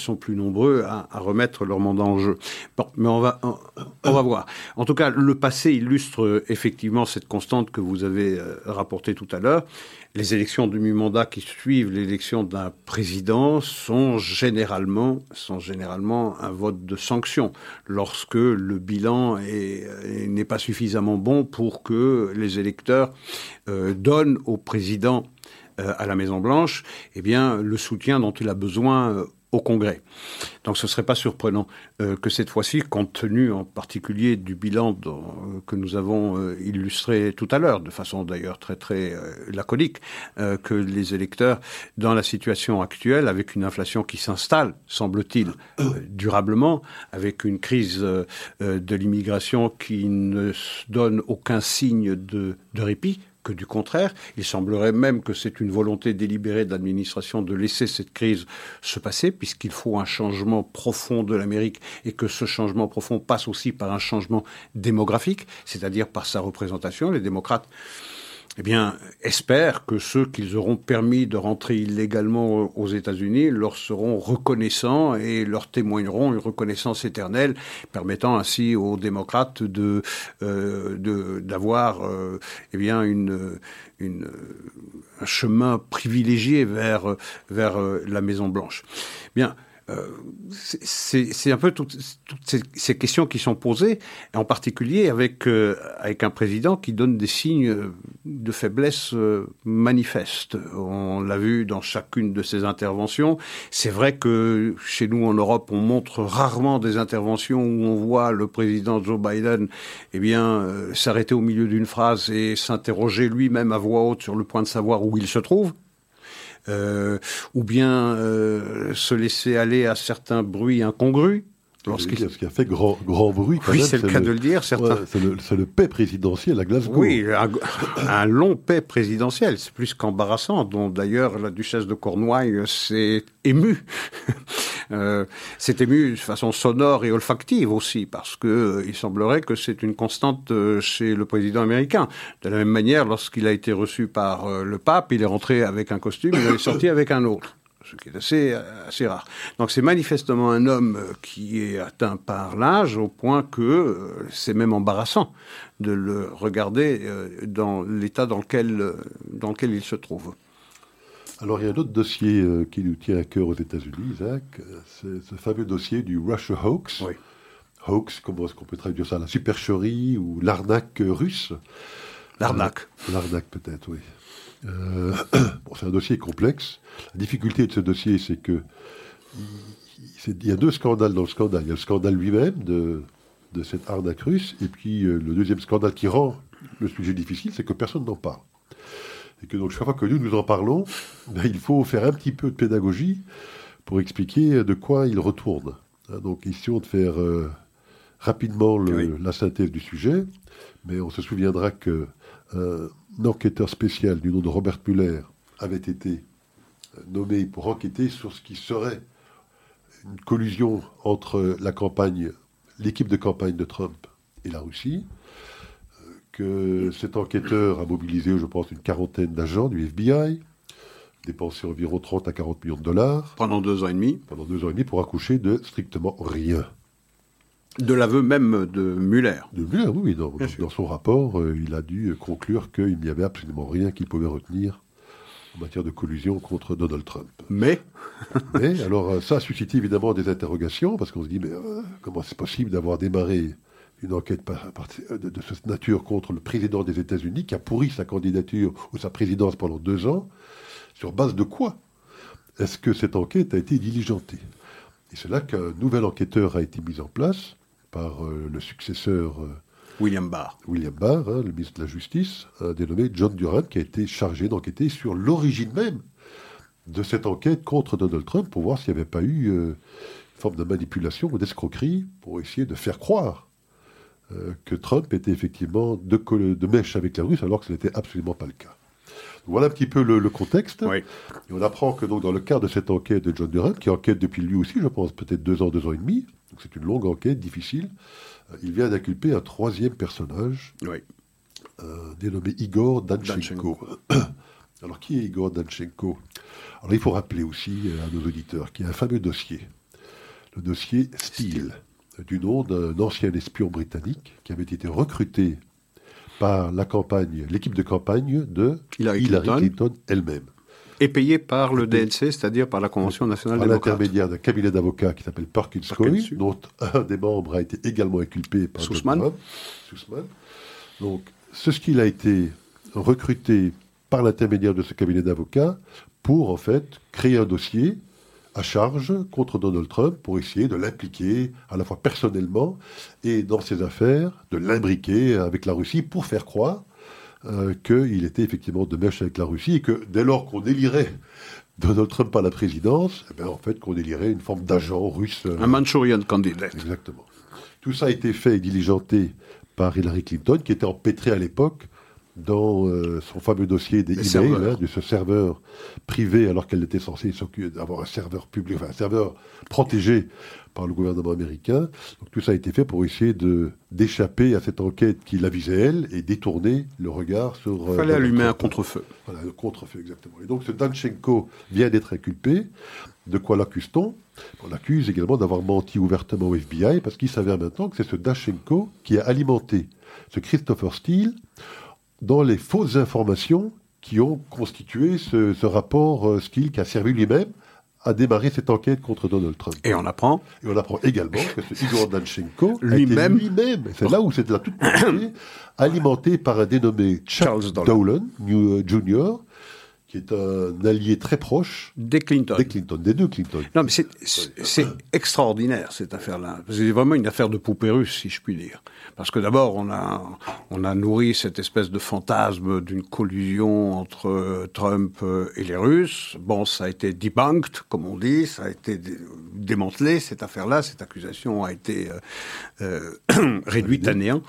sont plus nombreux à, à remettre leur mandat en jeu. Bon, mais on va, on, on va voir. En tout cas, le passé illustre effectivement cette constante que vous avez euh, rapportée tout à l'heure. Les élections de mi-mandat qui suivent l'élection d'un président sont généralement, sont généralement un vote de sanction lorsque le bilan est, est, n'est pas suffisamment bon pour que les électeurs euh, donnent au président euh, à la Maison-Blanche eh bien, le soutien dont il a besoin euh, au Congrès. Donc ce ne serait pas surprenant euh, que cette fois-ci, compte tenu en particulier du bilan dont, euh, que nous avons euh, illustré tout à l'heure, de façon d'ailleurs très très euh, laconique, euh, que les électeurs, dans la situation actuelle, avec une inflation qui s'installe, semble-t-il, euh, durablement, avec une crise euh, de l'immigration qui ne donne aucun signe de, de répit, que du contraire. Il semblerait même que c'est une volonté délibérée de l'administration de laisser cette crise se passer, puisqu'il faut un changement profond de l'Amérique et que ce changement profond passe aussi par un changement démographique, c'est-à-dire par sa représentation. Les démocrates eh bien, espèrent que ceux qu'ils auront permis de rentrer illégalement aux États-Unis leur seront reconnaissants et leur témoigneront une reconnaissance éternelle, permettant ainsi aux démocrates de, euh, de, d'avoir euh, eh bien, une, une, un chemin privilégié vers, vers la Maison-Blanche. Bien. Euh, c'est, c'est un peu toutes, toutes ces, ces questions qui sont posées, en particulier avec, euh, avec un président qui donne des signes de faiblesse euh, manifestes. On l'a vu dans chacune de ses interventions. C'est vrai que chez nous en Europe, on montre rarement des interventions où on voit le président Joe Biden eh bien, euh, s'arrêter au milieu d'une phrase et s'interroger lui-même à voix haute sur le point de savoir où il se trouve. Euh, ou bien euh, se laisser aller à certains bruits incongrus. Lorsqu'il... Ce qui a fait grand, grand bruit, quand oui, même, c'est le c'est cas le, de le dire. Certains... Ouais, c'est, le, c'est le paix présidentiel à Glasgow. Oui, un, un long paix présidentiel, c'est plus qu'embarrassant, dont d'ailleurs la duchesse de Cornouailles s'est émue. Euh, c'est ému de façon sonore et olfactive aussi, parce que euh, il semblerait que c'est une constante euh, chez le président américain. De la même manière, lorsqu'il a été reçu par euh, le pape, il est rentré avec un costume, il est sorti avec un autre, ce qui est assez, assez rare. Donc c'est manifestement un homme qui est atteint par l'âge, au point que euh, c'est même embarrassant de le regarder euh, dans l'état dans lequel, euh, dans lequel il se trouve. Alors, il y a un autre dossier euh, qui nous tient à cœur aux États-Unis, Isaac. C'est ce fameux dossier du Russia Hoax. Oui. Hoax, comment est-ce qu'on peut traduire ça? La supercherie ou l'arnaque russe? L'arnaque. Euh, l'arnaque, peut-être, oui. Euh, bon, c'est un dossier complexe. La difficulté de ce dossier, c'est que c'est, il y a deux scandales dans le scandale. Il y a le scandale lui-même de, de cette arnaque russe, et puis euh, le deuxième scandale qui rend le sujet difficile, c'est que personne n'en parle. Et que donc chaque fois que nous nous en parlons, ben, il faut faire un petit peu de pédagogie pour expliquer de quoi il retourne. Hein, donc question de faire euh, rapidement le, oui. la synthèse du sujet, mais on se souviendra que euh, un enquêteur spécial du nom de Robert Mueller avait été nommé pour enquêter sur ce qui serait une collusion entre la campagne, l'équipe de campagne de Trump et la Russie. Que cet enquêteur a mobilisé, je pense, une quarantaine d'agents du F B I, dépensé environ trente à quarante millions de dollars. Pendant deux ans et demi. Pendant deux ans et demi pour accoucher de strictement rien. De l'aveu même de Mueller. De Mueller, oui. Dans, dans son rapport, euh, il a dû conclure qu'il n'y avait absolument rien qui pouvait retenir en matière de collusion contre Donald Trump. Mais Mais, alors, ça a suscité évidemment des interrogations, parce qu'on se dit, mais euh, comment c'est possible d'avoir démarré une enquête par, par, de, de cette nature contre le président des États-Unis qui a pourri sa candidature ou sa présidence pendant deux ans. Sur base de quoi est-ce que cette enquête a été diligentée? Et c'est là qu'un nouvel enquêteur a été mis en place par euh, le successeur euh, William Barr, William Barr, hein, le ministre de la Justice, euh, dénommé John Durham, qui a été chargé d'enquêter sur l'origine même de cette enquête contre Donald Trump pour voir s'il n'y avait pas eu euh, une forme de manipulation ou d'escroquerie pour essayer de faire croire Euh, que Trump était effectivement de, de mèche avec la Russie, alors que ce n'était absolument pas le cas. Donc voilà un petit peu le, le contexte. Oui. Et on apprend que donc, dans le cadre de cette enquête de John Durham, qui enquête depuis lui aussi, je pense, peut-être deux ans, deux ans et demi, donc c'est une longue enquête, difficile, euh, il vient d'inculper un troisième personnage, oui. euh, dénommé Igor Danchenko. Danchenko. Alors, qui est Igor Danchenko? Alors, il faut rappeler aussi euh, à nos auditeurs qu'il y a un fameux dossier le dossier Steele, du nom d'un ancien espion britannique qui avait été recruté par la campagne, l'équipe de campagne de Hillary, Hillary Clinton. Clinton elle-même. Et payé par le D N C, c'est-à-dire par la Convention nationale Par démocrate. l'intermédiaire d'un cabinet d'avocats qui s'appelle Perkins Coie, dont un des membres a été également inculpé par Sussman. Donald Trump. Sussman. Donc, ce qu'il a été recruté par l'intermédiaire de ce cabinet d'avocats pour, en fait, créer un dossier à charge contre Donald Trump pour essayer de l'impliquer à la fois personnellement et dans ses affaires, de l'imbriquer avec la Russie pour faire croire euh, qu'il était effectivement de mèche avec la Russie et que dès lors qu'on élirait Donald Trump à la présidence, eh bien, en fait, qu'on élirait une forme d'agent russe. Euh, Un Manchurian candidate. Exactement. Tout ça a été fait et diligenté par Hillary Clinton, qui était empêtrée à l'époque dans euh, son fameux dossier des Les emails, serveurs. hein, de ce serveur privé, alors qu'elle était censée s'occuper d'avoir un serveur public, enfin un serveur protégé par le gouvernement américain. Donc tout ça a été fait pour essayer de d'échapper à cette enquête qui la visait elle et détourner le regard sur. Il Euh, fallait Donald allumer un Trump. contre-feu. Voilà, le contre-feu, exactement. Et donc ce Danchenko vient d'être inculpé. De quoi l'accuse-t-on ? On l'accuse également d'avoir menti ouvertement au F B I, parce qu'il s'avère maintenant que c'est ce Danchenko qui a alimenté ce Christopher Steele dans les fausses informations qui ont constitué ce, ce rapport euh, Steele qui a servi lui-même à démarrer cette enquête contre Donald Trump. Et on apprend Et on apprend également que ce Igor Danchenko Lui-même. a été lui-même, c'est là où c'est la toute première, alimenté par un dénommé Chuck Charles Dolan. Dolan, New- euh, Junior, qui est un allié très proche des Clinton. des Clinton, des deux Clinton. Non, mais c'est, c'est, c'est extraordinaire, cette affaire-là. C'est vraiment une affaire de poupée russe, si je puis dire. Parce que d'abord, on a, on a nourri cette espèce de fantasme d'une collusion entre euh, Trump euh, et les Russes. Bon, ça a été debunked, comme on dit, ça a été dé- démantelé, cette affaire-là. Cette accusation a été euh, euh, réduite à néant.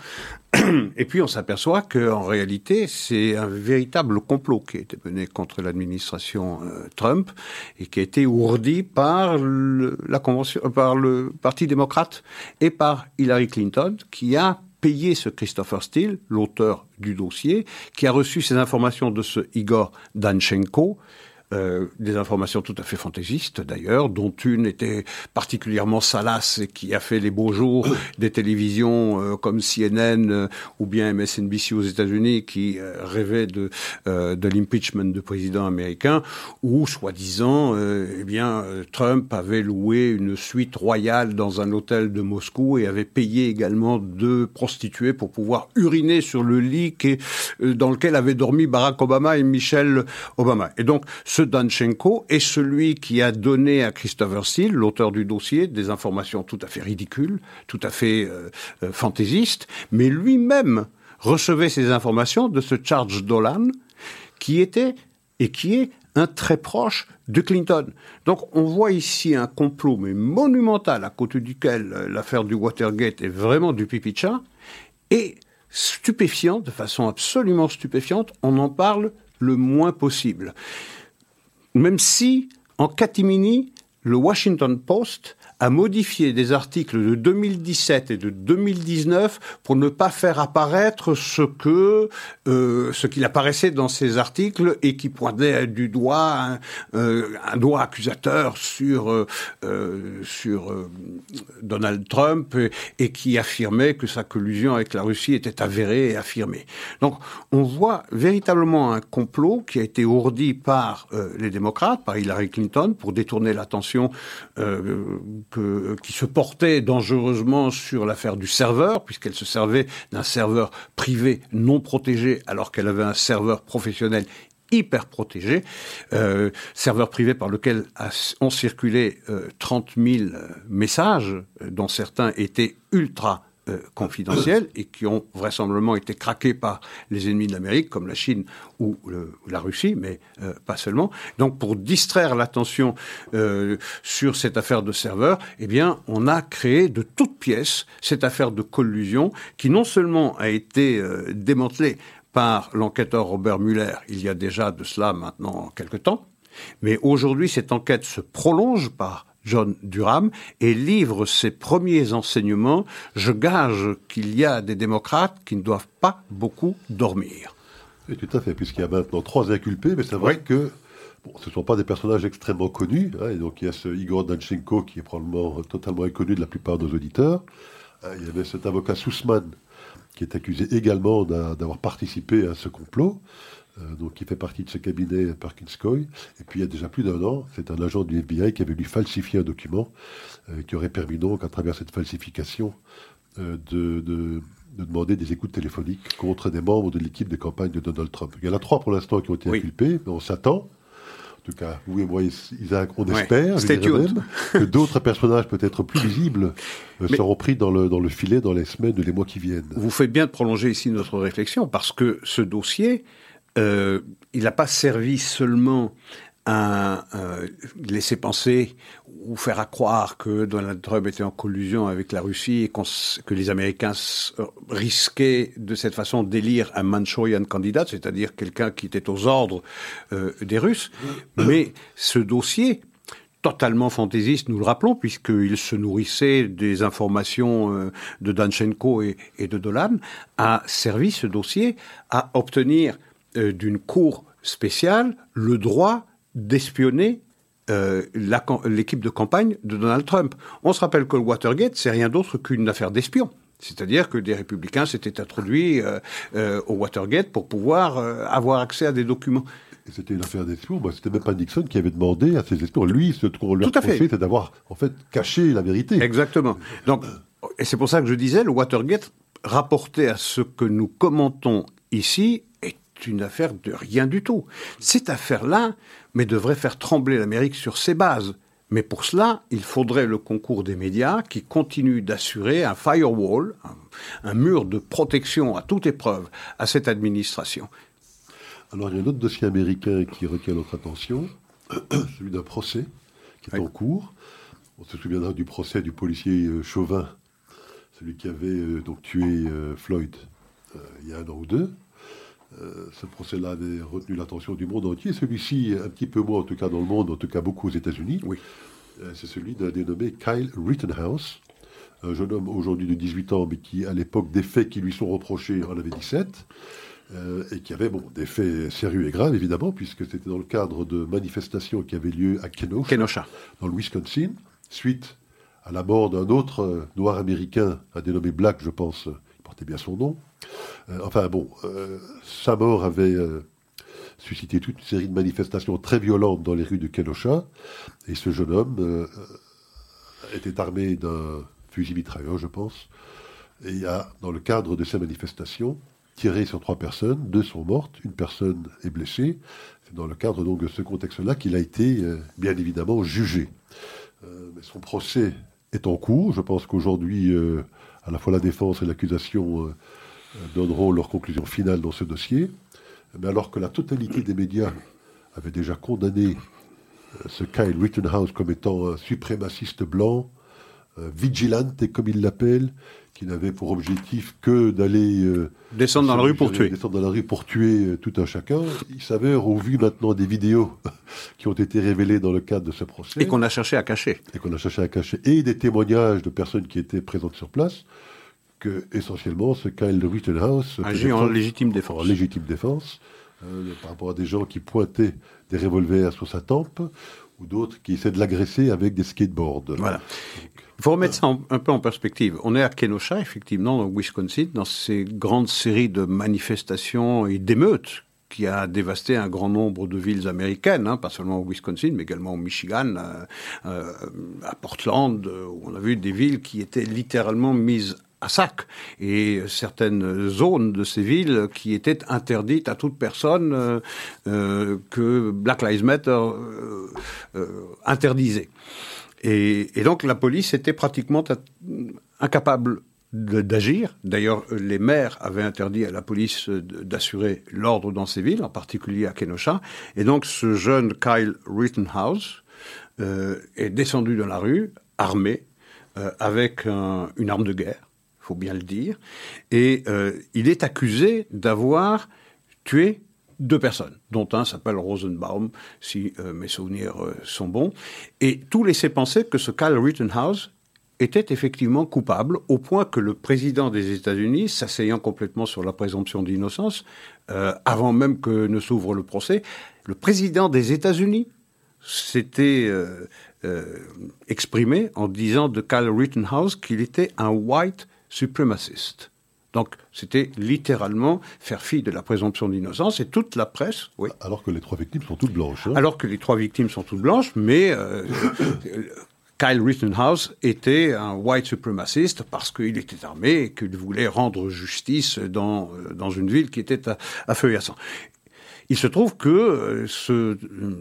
Et puis on s'aperçoit qu'en réalité, c'est un véritable complot qui a été mené contre l'administration euh, Trump et qui a été ourdi par le, la convention, euh, par le Parti démocrate et par Hillary Clinton, qui a payé ce Christopher Steele, l'auteur du dossier, qui a reçu ces informations de ce Igor Danchenko. Euh, des informations tout à fait fantaisistes d'ailleurs, dont une était particulièrement salace et qui a fait les beaux jours des télévisions euh, comme C N N euh, ou bien M S N B C aux États-Unis qui euh, rêvaient de, euh, de l'impeachment de président américain, où soi-disant, euh, eh bien, euh, Trump avait loué une suite royale dans un hôtel de Moscou et avait payé également deux prostituées pour pouvoir uriner sur le lit qui, euh, dans lequel avaient dormi Barack Obama et Michelle Obama. Et donc, ce Danchenko est celui qui a donné à Christopher Steele, l'auteur du dossier, des informations tout à fait ridicules, tout à fait euh, euh, fantaisistes, mais lui-même recevait ces informations de ce Charles Dolan, qui était et qui est un très proche de Clinton. Donc on voit ici un complot, mais monumental, à côté duquel euh, l'affaire du Watergate est vraiment du pipi de chat, et stupéfiant, de façon absolument stupéfiante, on en parle le moins possible. Même si, en catimini, le Washington Post a modifié des articles de deux mille dix-sept et de deux mille dix-neuf pour ne pas faire apparaître ce que euh, ce qu'il apparaissait dans ces articles et qui pointait du doigt un, euh, un doigt accusateur sur euh, euh, sur euh, Donald Trump et, et qui affirmait que sa collusion avec la Russie était avérée et affirmée. Donc on voit véritablement un complot qui a été ourdi par euh, les démocrates, par Hillary Clinton, pour détourner l'attention euh, Que, qui se portait dangereusement sur l'affaire du serveur, puisqu'elle se servait d'un serveur privé non protégé, alors qu'elle avait un serveur professionnel hyper protégé, euh, serveur privé par lequel ont circulé euh, trente mille messages, dont certains étaient ultra Euh, confidentiels et qui ont vraisemblablement été craqués par les ennemis de l'Amérique, comme la Chine ou le, la Russie, mais euh, pas seulement. Donc, pour distraire l'attention euh, sur cette affaire de serveur, eh bien, on a créé de toutes pièces cette affaire de collusion qui non seulement a été euh, démantelée par l'enquêteur Robert Mueller il y a déjà de cela maintenant quelque temps, mais aujourd'hui, cette enquête se prolonge par John Durham, et livre ses premiers enseignements. Je gage qu'il y a des démocrates qui ne doivent pas beaucoup dormir. Oui, tout à fait, puisqu'il y a maintenant trois inculpés, mais c'est vrai Oui. que Bon, ce ne sont pas des personnages extrêmement connus. Hein, et donc il y a ce Igor Danchenko qui est probablement totalement inconnu de la plupart de nos auditeurs. Hein, il y avait cet avocat Sussman qui est accusé également d'a, d'avoir participé à ce complot. Euh, donc il fait partie de ce cabinet Perkins Coie. Et puis il y a déjà plus d'un an, c'est un agent du F B I qui avait lui falsifié un document euh, qui aurait permis donc, à travers cette falsification, euh, de, de, de demander des écoutes téléphoniques contre des membres de l'équipe de campagne de Donald Trump. Il y en a trois pour l'instant qui ont été oui. inculpés, mais on s'attend. En tout cas, vous et moi, Isaac, on ouais. espère même, que d'autres personnages peut-être plus visibles euh, seront pris dans le, dans le filet dans les semaines ou les mois qui viennent. Vous faites bien de prolonger ici notre réflexion, parce que ce dossier, euh, il n'a pas servi seulement à euh, laisser penser ou faire à croire que Donald Trump était en collusion avec la Russie et que les Américains risquaient de cette façon d'élire un Manchurian candidate, c'est-à-dire quelqu'un qui était aux ordres euh, des Russes. Mais ce dossier, totalement fantaisiste, nous le rappelons, puisqu'il se nourrissait des informations euh, de Danchenko et, et de Dolan, a servi ce dossier à obtenir euh, d'une cour spéciale le droit d'espionner euh, la, l'équipe de campagne de Donald Trump. On se rappelle que le Watergate, c'est rien d'autre qu'une affaire d'espions. C'est-à-dire que des républicains s'étaient introduits euh, euh, au Watergate pour pouvoir euh, avoir accès à des documents. Et c'était une affaire d'espions. Bah, c'était même pas Nixon qui avait demandé à ses espions. Lui, ce qu'on lui reprochait, c'était d'avoir en fait caché la vérité. Exactement. Donc, et c'est pour ça que je disais, le Watergate, rapporté à ce que nous commentons ici, est une affaire de rien du tout. Cette affaire-là, mais devrait faire trembler l'Amérique sur ses bases. Mais pour cela, il faudrait le concours des médias qui continuent d'assurer un firewall, un, un mur de protection à toute épreuve à cette administration. Alors, il y a un autre dossier américain qui retient notre attention, celui d'un procès qui est oui. en cours. On se souviendra du procès du policier euh, Chauvin, celui qui avait euh, donc tué euh, Floyd euh, il y a un an ou deux. Euh, ce procès-là avait retenu l'attention du monde entier. Celui-ci, un petit peu moins en tout cas dans le monde, en tout cas beaucoup aux États-Unis. Oui. Euh, c'est celui d'un dénommé Kyle Rittenhouse, un jeune homme aujourd'hui de dix-huit ans, mais qui, à l'époque des faits qui lui sont reprochés, en avait dix-sept. Euh, et qui avait bon, des faits sérieux et graves, évidemment, puisque c'était dans le cadre de manifestations qui avaient lieu à Kenosha, Kenosha. dans le Wisconsin, suite à la mort d'un autre euh, noir américain, un dénommé Black, je pense, il portait bien son nom. Euh, enfin bon, euh, sa mort avait euh, suscité toute une série de manifestations très violentes dans les rues de Kenosha, et ce jeune homme euh, était armé d'un fusil mitrailleur, je pense, et a, dans le cadre de ces manifestations, tiré sur trois personnes, deux sont mortes, une personne est blessée. C'est dans le cadre donc de ce contexte-là qu'il a été, euh, bien évidemment, jugé. Euh, mais son procès est en cours. Je pense qu'aujourd'hui, euh, à la fois la défense et l'accusation euh, donneront leur conclusion finale dans ce dossier. Mais alors que la totalité des médias avait déjà condamné euh, ce Kyle Rittenhouse comme étant un suprémaciste blanc, euh, vigilante, comme il l'appelle, qui n'avait pour objectif que d'aller euh, descendre dans la rue pour tuer. Descendre dans la rue pour tuer euh, tout un chacun. Il s'avère, au vu maintenant des vidéos qui ont été révélées dans le cadre de ce procès. Et qu'on a cherché à cacher. Et qu'on a cherché à cacher. Et des témoignages de personnes qui étaient présentes sur place, que, essentiellement, ce Kyle Rittenhouse agit en légitime défense. En légitime défense, euh, par rapport à des gens qui pointaient des revolvers sur sa tempe, ou d'autres qui essaient de l'agresser avec des skateboards. Voilà. Donc, il faut remettre ça en, un peu en perspective. On est à Kenosha, effectivement, dans le Wisconsin, dans ces grandes séries de manifestations et d'émeutes qui a dévasté un grand nombre de villes américaines, hein, pas seulement au Wisconsin, mais également au Michigan, euh, euh, à Portland, où on a vu des villes qui étaient littéralement mises à sac, et certaines zones de ces villes qui étaient interdites à toute personne euh, euh, que Black Lives Matter euh, euh, interdisait. Et, et donc la police était pratiquement incapable de, d'agir. D'ailleurs, les maires avaient interdit à la police d'assurer l'ordre dans ces villes, en particulier à Kenosha. Et donc ce jeune Kyle Rittenhouse euh, est descendu dans la rue, armé, euh, avec un, une arme de guerre, il faut bien le dire, et euh, il est accusé d'avoir tué deux personnes, dont un s'appelle Rosenbaum, si euh, mes souvenirs euh, sont bons, et tout laissait penser que ce Kyle Rittenhouse était effectivement coupable, au point que le président des États-Unis, s'asseyant complètement sur la présomption d'innocence, euh, avant même que ne s'ouvre le procès, le président des États-Unis s'était euh, euh, exprimé en disant de Kyle Rittenhouse qu'il était un white supremacist. Donc, c'était littéralement faire fi de la présomption d'innocence, et toute la presse... Oui. Alors que les trois victimes sont toutes blanches. Hein. Alors que les trois victimes sont toutes blanches, mais euh, Kyle Rittenhouse était un white supremacist parce qu'il était armé et qu'il voulait rendre justice dans, dans une ville qui était à, à feu et à sang. Il se trouve que ce,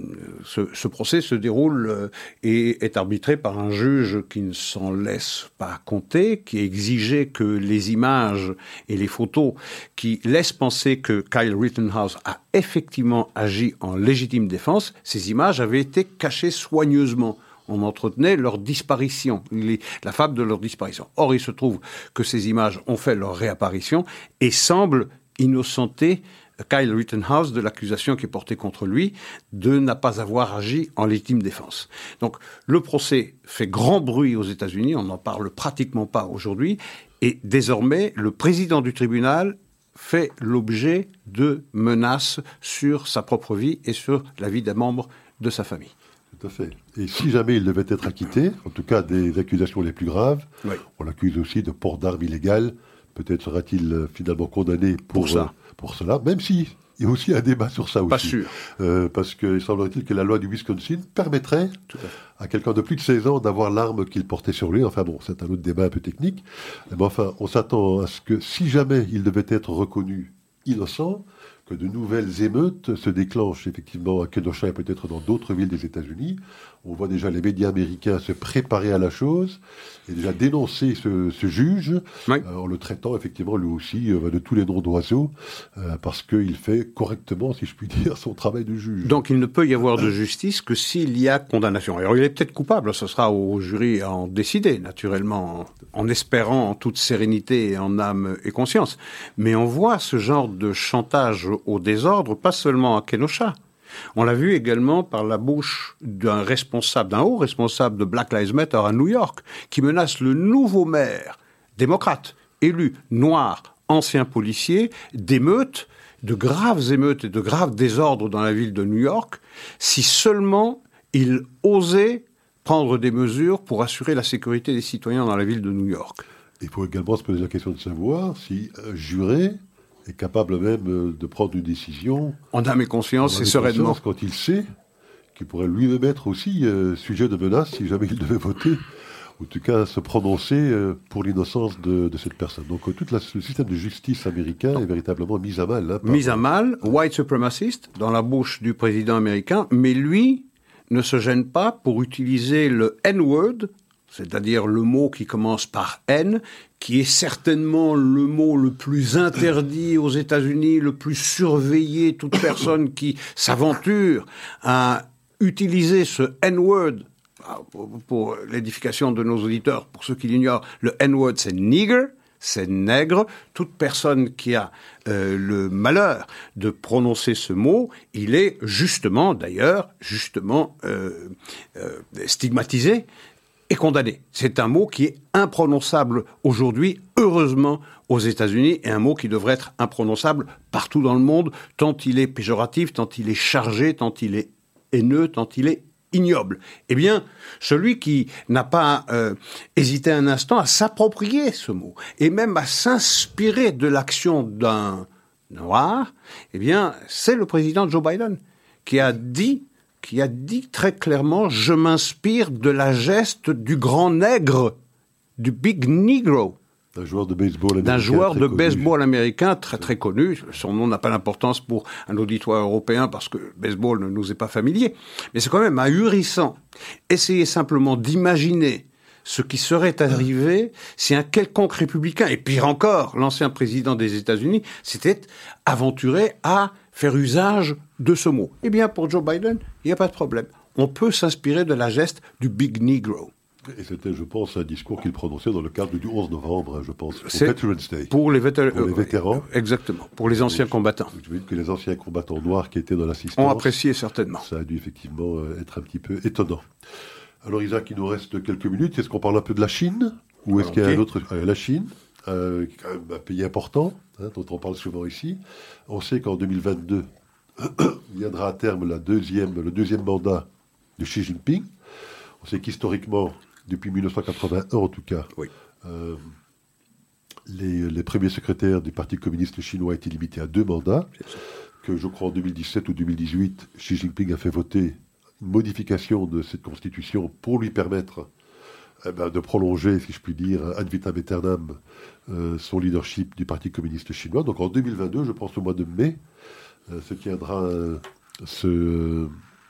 ce, ce procès se déroule et est arbitré par un juge qui ne s'en laisse pas compter, qui exigeait que les images et les photos qui laissent penser que Kyle Rittenhouse a effectivement agi en légitime défense, ces images avaient été cachées soigneusement. On entretenait leur disparition, les, la fable de leur disparition. Or, il se trouve que ces images ont fait leur réapparition et semblent innocenter Kyle Rittenhouse de l'accusation qui est portée contre lui de n'a pas avoir agi en légitime défense. Donc, le procès fait grand bruit aux États-Unis, on n'en parle pratiquement pas aujourd'hui, et désormais, le président du tribunal fait l'objet de menaces sur sa propre vie et sur la vie des membres de sa famille. Tout à fait. Et si jamais il devait être acquitté, en tout cas des accusations les plus graves, oui. On l'accuse aussi de port d'armes illégales. Peut-être sera-t-il finalement condamné pour, pour ça. Euh, pour cela, même si il y a aussi un débat sur ça aussi. Pas sûr. Euh, parce qu'il semblerait-il que la loi du Wisconsin permettrait à, à quelqu'un de plus de seize ans d'avoir l'arme qu'il portait sur lui. Enfin bon, c'est un autre débat un peu technique. Mais enfin, on s'attend à ce que si jamais il devait être reconnu innocent, que de nouvelles émeutes se déclenchent effectivement à Kenosha et peut-être dans d'autres villes des États-Unis. On voit déjà les médias américains se préparer à la chose et déjà dénoncer ce, ce juge oui. euh, en le traitant effectivement lui aussi euh, de tous les noms d'oiseaux euh, parce qu'il fait correctement, si je puis dire, son travail de juge. Donc il ne peut y avoir de justice que s'il y a condamnation. Alors il est peut-être coupable, ce sera au jury à en décider naturellement, en, en espérant en toute sérénité et en âme et conscience. Mais on voit ce genre de chantage au désordre, pas seulement à Kenosha. On l'a vu également par la bouche d'un responsable, d'un haut responsable de Black Lives Matter à New York, qui menace le nouveau maire, démocrate, élu, noir, ancien policier, d'émeutes, de graves émeutes et de graves désordres dans la ville de New York, si seulement il osait prendre des mesures pour assurer la sécurité des citoyens dans la ville de New York. Il faut également se poser la question de savoir si un juré est capable même de prendre une décision en âme et conscience et sereinement quand il sait qu'il pourrait lui-même être aussi euh, sujet de menace si jamais il devait voter, ou en tout cas se prononcer euh, pour l'innocence de, de cette personne. Donc euh, tout la, le système de justice américain est véritablement mis à mal. Hein, par... Mis à mal, white supremacist, dans la bouche du président américain, mais lui ne se gêne pas pour utiliser le N-word, c'est-à-dire le mot qui commence par N, qui est certainement le mot le plus interdit aux États-Unis, le plus surveillé. Toute personne qui s'aventure à utiliser ce N-word, pour, pour l'édification de nos auditeurs, pour ceux qui l'ignorent, le N-word c'est nigger, c'est nègre. Toute personne qui a euh, le malheur de prononcer ce mot, il est justement, d'ailleurs, justement euh, euh, stigmatisé et condamné. C'est un mot qui est imprononçable aujourd'hui, heureusement, aux États-Unis, et un mot qui devrait être imprononçable partout dans le monde, tant il est péjoratif, tant il est chargé, tant il est haineux, tant il est ignoble. Eh bien, celui qui n'a pas euh, hésité un instant à s'approprier ce mot, et même à s'inspirer de l'action d'un noir, eh bien, c'est le président Joe Biden, qui a dit qui a dit très clairement « Je m'inspire de la geste du grand nègre, du big negro ». D'un joueur de baseball américain. D'un joueur de connu. baseball américain très très connu. Son nom n'a pas d'importance pour un auditoire européen parce que le baseball ne nous est pas familier. Mais c'est quand même ahurissant. Essayez simplement d'imaginer ce qui serait arrivé si un quelconque républicain, et pire encore, l'ancien président des États-Unis, s'était aventuré à faire usage de ce mot. Eh bien, pour Joe Biden, il n'y a pas de problème. On peut s'inspirer de la geste du Big Negro. Et c'était, je pense, un discours qu'il prononçait dans le cadre du onze novembre, je pense, pour C'est Veterans Day. Pour les, vétér- pour les vétérans. Euh, exactement, pour les anciens je, combattants. Je veux dire que les anciens combattants noirs qui étaient dans l'assistance... ont apprécié certainement. Ça a dû effectivement être un petit peu étonnant. Alors Isaac, il nous reste quelques minutes. Est-ce qu'on parle un peu de la Chine? Ou est-ce Alors, qu'il y a okay. un autre... Euh, la Chine, euh, qui est quand même un pays important, hein, dont on parle souvent ici. On sait qu'en deux mille vingt-deux, il viendra à terme la deuxième, le deuxième mandat de Xi Jinping. On sait qu'historiquement, depuis mille neuf cent quatre-vingt-un en tout cas, oui. euh, les, les premiers secrétaires du Parti communiste chinois étaient limités à deux mandats, que je crois en deux mille dix-sept ou deux mille dix-huit, Xi Jinping a fait voter une modification de cette constitution pour lui permettre eh ben, de prolonger, si je puis dire, ad vitam aeternam, euh, son leadership du Parti communiste chinois. Donc en deux mille vingt-deux, je pense au mois de mai, euh, se tiendra euh, ce,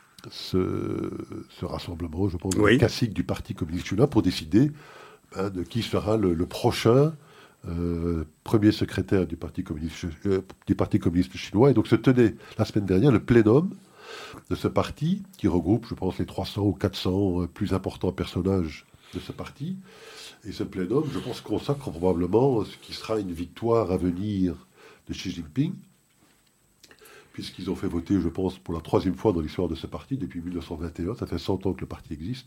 ce, ce rassemblement, je pense, oui. classique du Parti communiste chinois pour décider ben, de qui sera le, le prochain euh, premier secrétaire du Parti communiste, euh, du Parti communiste chinois. Et donc se tenait la semaine dernière le plénum de ce parti, qui regroupe, je pense, les trois cents ou quatre cents euh, plus importants personnages de ce parti. Et ce plénum, je pense, consacre probablement ce qui sera une victoire à venir de Xi Jinping, puisqu'ils ont fait voter, je pense, pour la troisième fois dans l'histoire de ce parti, depuis mille neuf cent vingt et un, ça fait cent ans que le parti existe,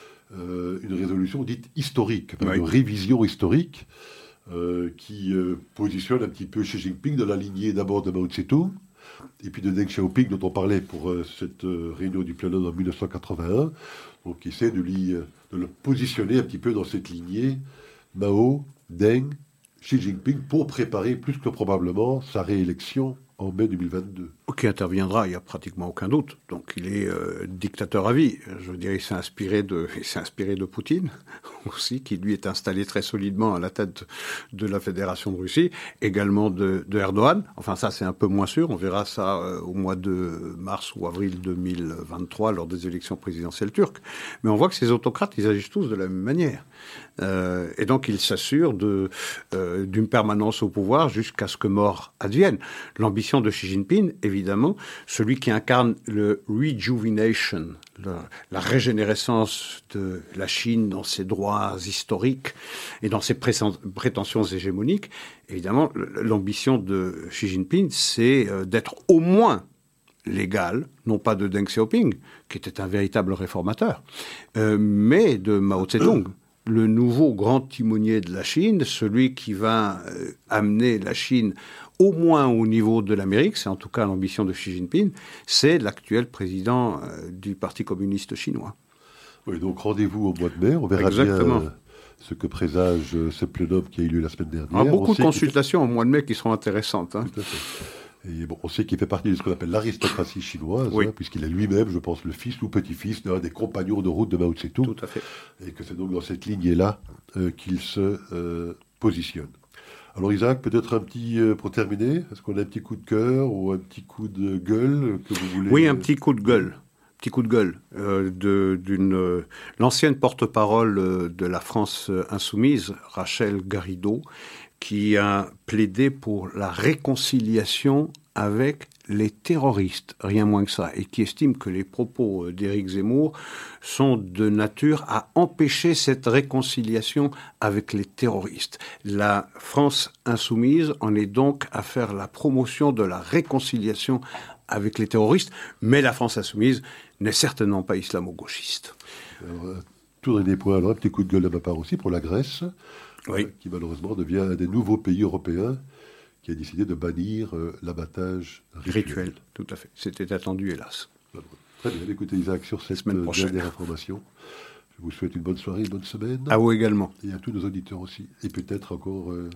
euh, une résolution dite historique, enfin, oui. une révision historique, euh, qui euh, positionne un petit peu Xi Jinping dans la lignée d'abord de Mao Tse-tung, et puis de Deng Xiaoping, dont on parlait pour euh, cette euh, réunion du plénum en mille neuf cent quatre-vingt-un, donc qui essaie de, lui, euh, de le positionner un petit peu dans cette lignée Mao, Deng, Xi Jinping, pour préparer plus que probablement sa réélection en mai deux mille vingt-deux. Qui interviendra, il n'y a pratiquement aucun doute. Donc il est euh, dictateur à vie. Je veux dire, il s'est inspiré de, il s'est inspiré de Poutine aussi, qui lui est installé très solidement à la tête de la Fédération de Russie, également de, de Erdogan. Enfin ça c'est un peu moins sûr, on verra ça euh, au mois de mars ou avril deux mille vingt-trois lors des élections présidentielles turques. Mais on voit que ces autocrates, ils agissent tous de la même manière. Euh, et donc ils s'assurent de, euh, d'une permanence au pouvoir jusqu'à ce que mort advienne. L'ambition de Xi Jinping, évidemment, celui qui incarne le rejuvenation, le, la régénérescence de la Chine dans ses droits historiques et dans ses prétentions hégémoniques, évidemment, l'ambition de Xi Jinping, c'est d'être au moins l'égal, non pas de Deng Xiaoping, qui était un véritable réformateur, euh, mais de Mao Tse-tung, le nouveau grand timonier de la Chine, celui qui va euh, amener la Chine au moins au niveau de l'Amérique, c'est en tout cas l'ambition de Xi Jinping, c'est l'actuel président euh, du Parti communiste chinois. Oui, donc rendez-vous au mois de mai, on verra Exactement. bien euh, ce que présage euh, ce plénum qui a eu lieu la semaine dernière. Il y a beaucoup on de consultations au mois de mai qui seront intéressantes. Hein. Tout à fait. Et bon, on sait qu'il fait partie de ce qu'on appelle l'aristocratie chinoise, oui. hein, puisqu'il est lui-même, je pense, le fils ou petit-fils d'un des compagnons de route de Mao Tse-tung. Tout à fait. Et que c'est donc dans cette lignée-là euh, qu'il se euh, positionne. Alors Isaac, peut-être un petit, euh, pour terminer, est-ce qu'on a un petit coup de cœur ou un petit coup de gueule que vous voulez... Oui, un petit coup de gueule. Petit coup de gueule euh, de, d'une euh, l'ancienne porte-parole euh, de la France euh, insoumise, Rachel Garrido, qui a plaidé pour la réconciliation avec les terroristes, rien moins que ça, et qui estime que les propos d'Éric Zemmour sont de nature à empêcher cette réconciliation avec les terroristes. La France insoumise en est donc à faire la promotion de la réconciliation avec les terroristes, mais la France insoumise n'est certainement pas islamo-gauchiste. Alors, tout dernier point, alors un petit coup de gueule de ma part aussi pour la Grèce, oui. euh, qui malheureusement devient un des nouveaux pays européens qui a décidé de bannir euh, l'abattage rituel. Rituel, tout à fait. C'était attendu, hélas. Très bien, écoutez Isaac, sur cette euh, dernière information, je vous souhaite une bonne soirée, une bonne semaine. À vous également. Et à tous nos auditeurs aussi. Et peut-être encore... Euh...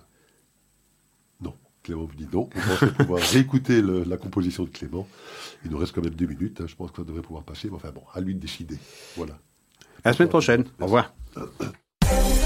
Non, Clément vous dit non. On pense pouvoir réécouter le, la composition de Clément. Il nous reste quand même deux minutes, hein. Je pense que ça devrait pouvoir passer. Mais enfin bon, à lui de décider. Voilà. À la semaine prochaine. Au revoir.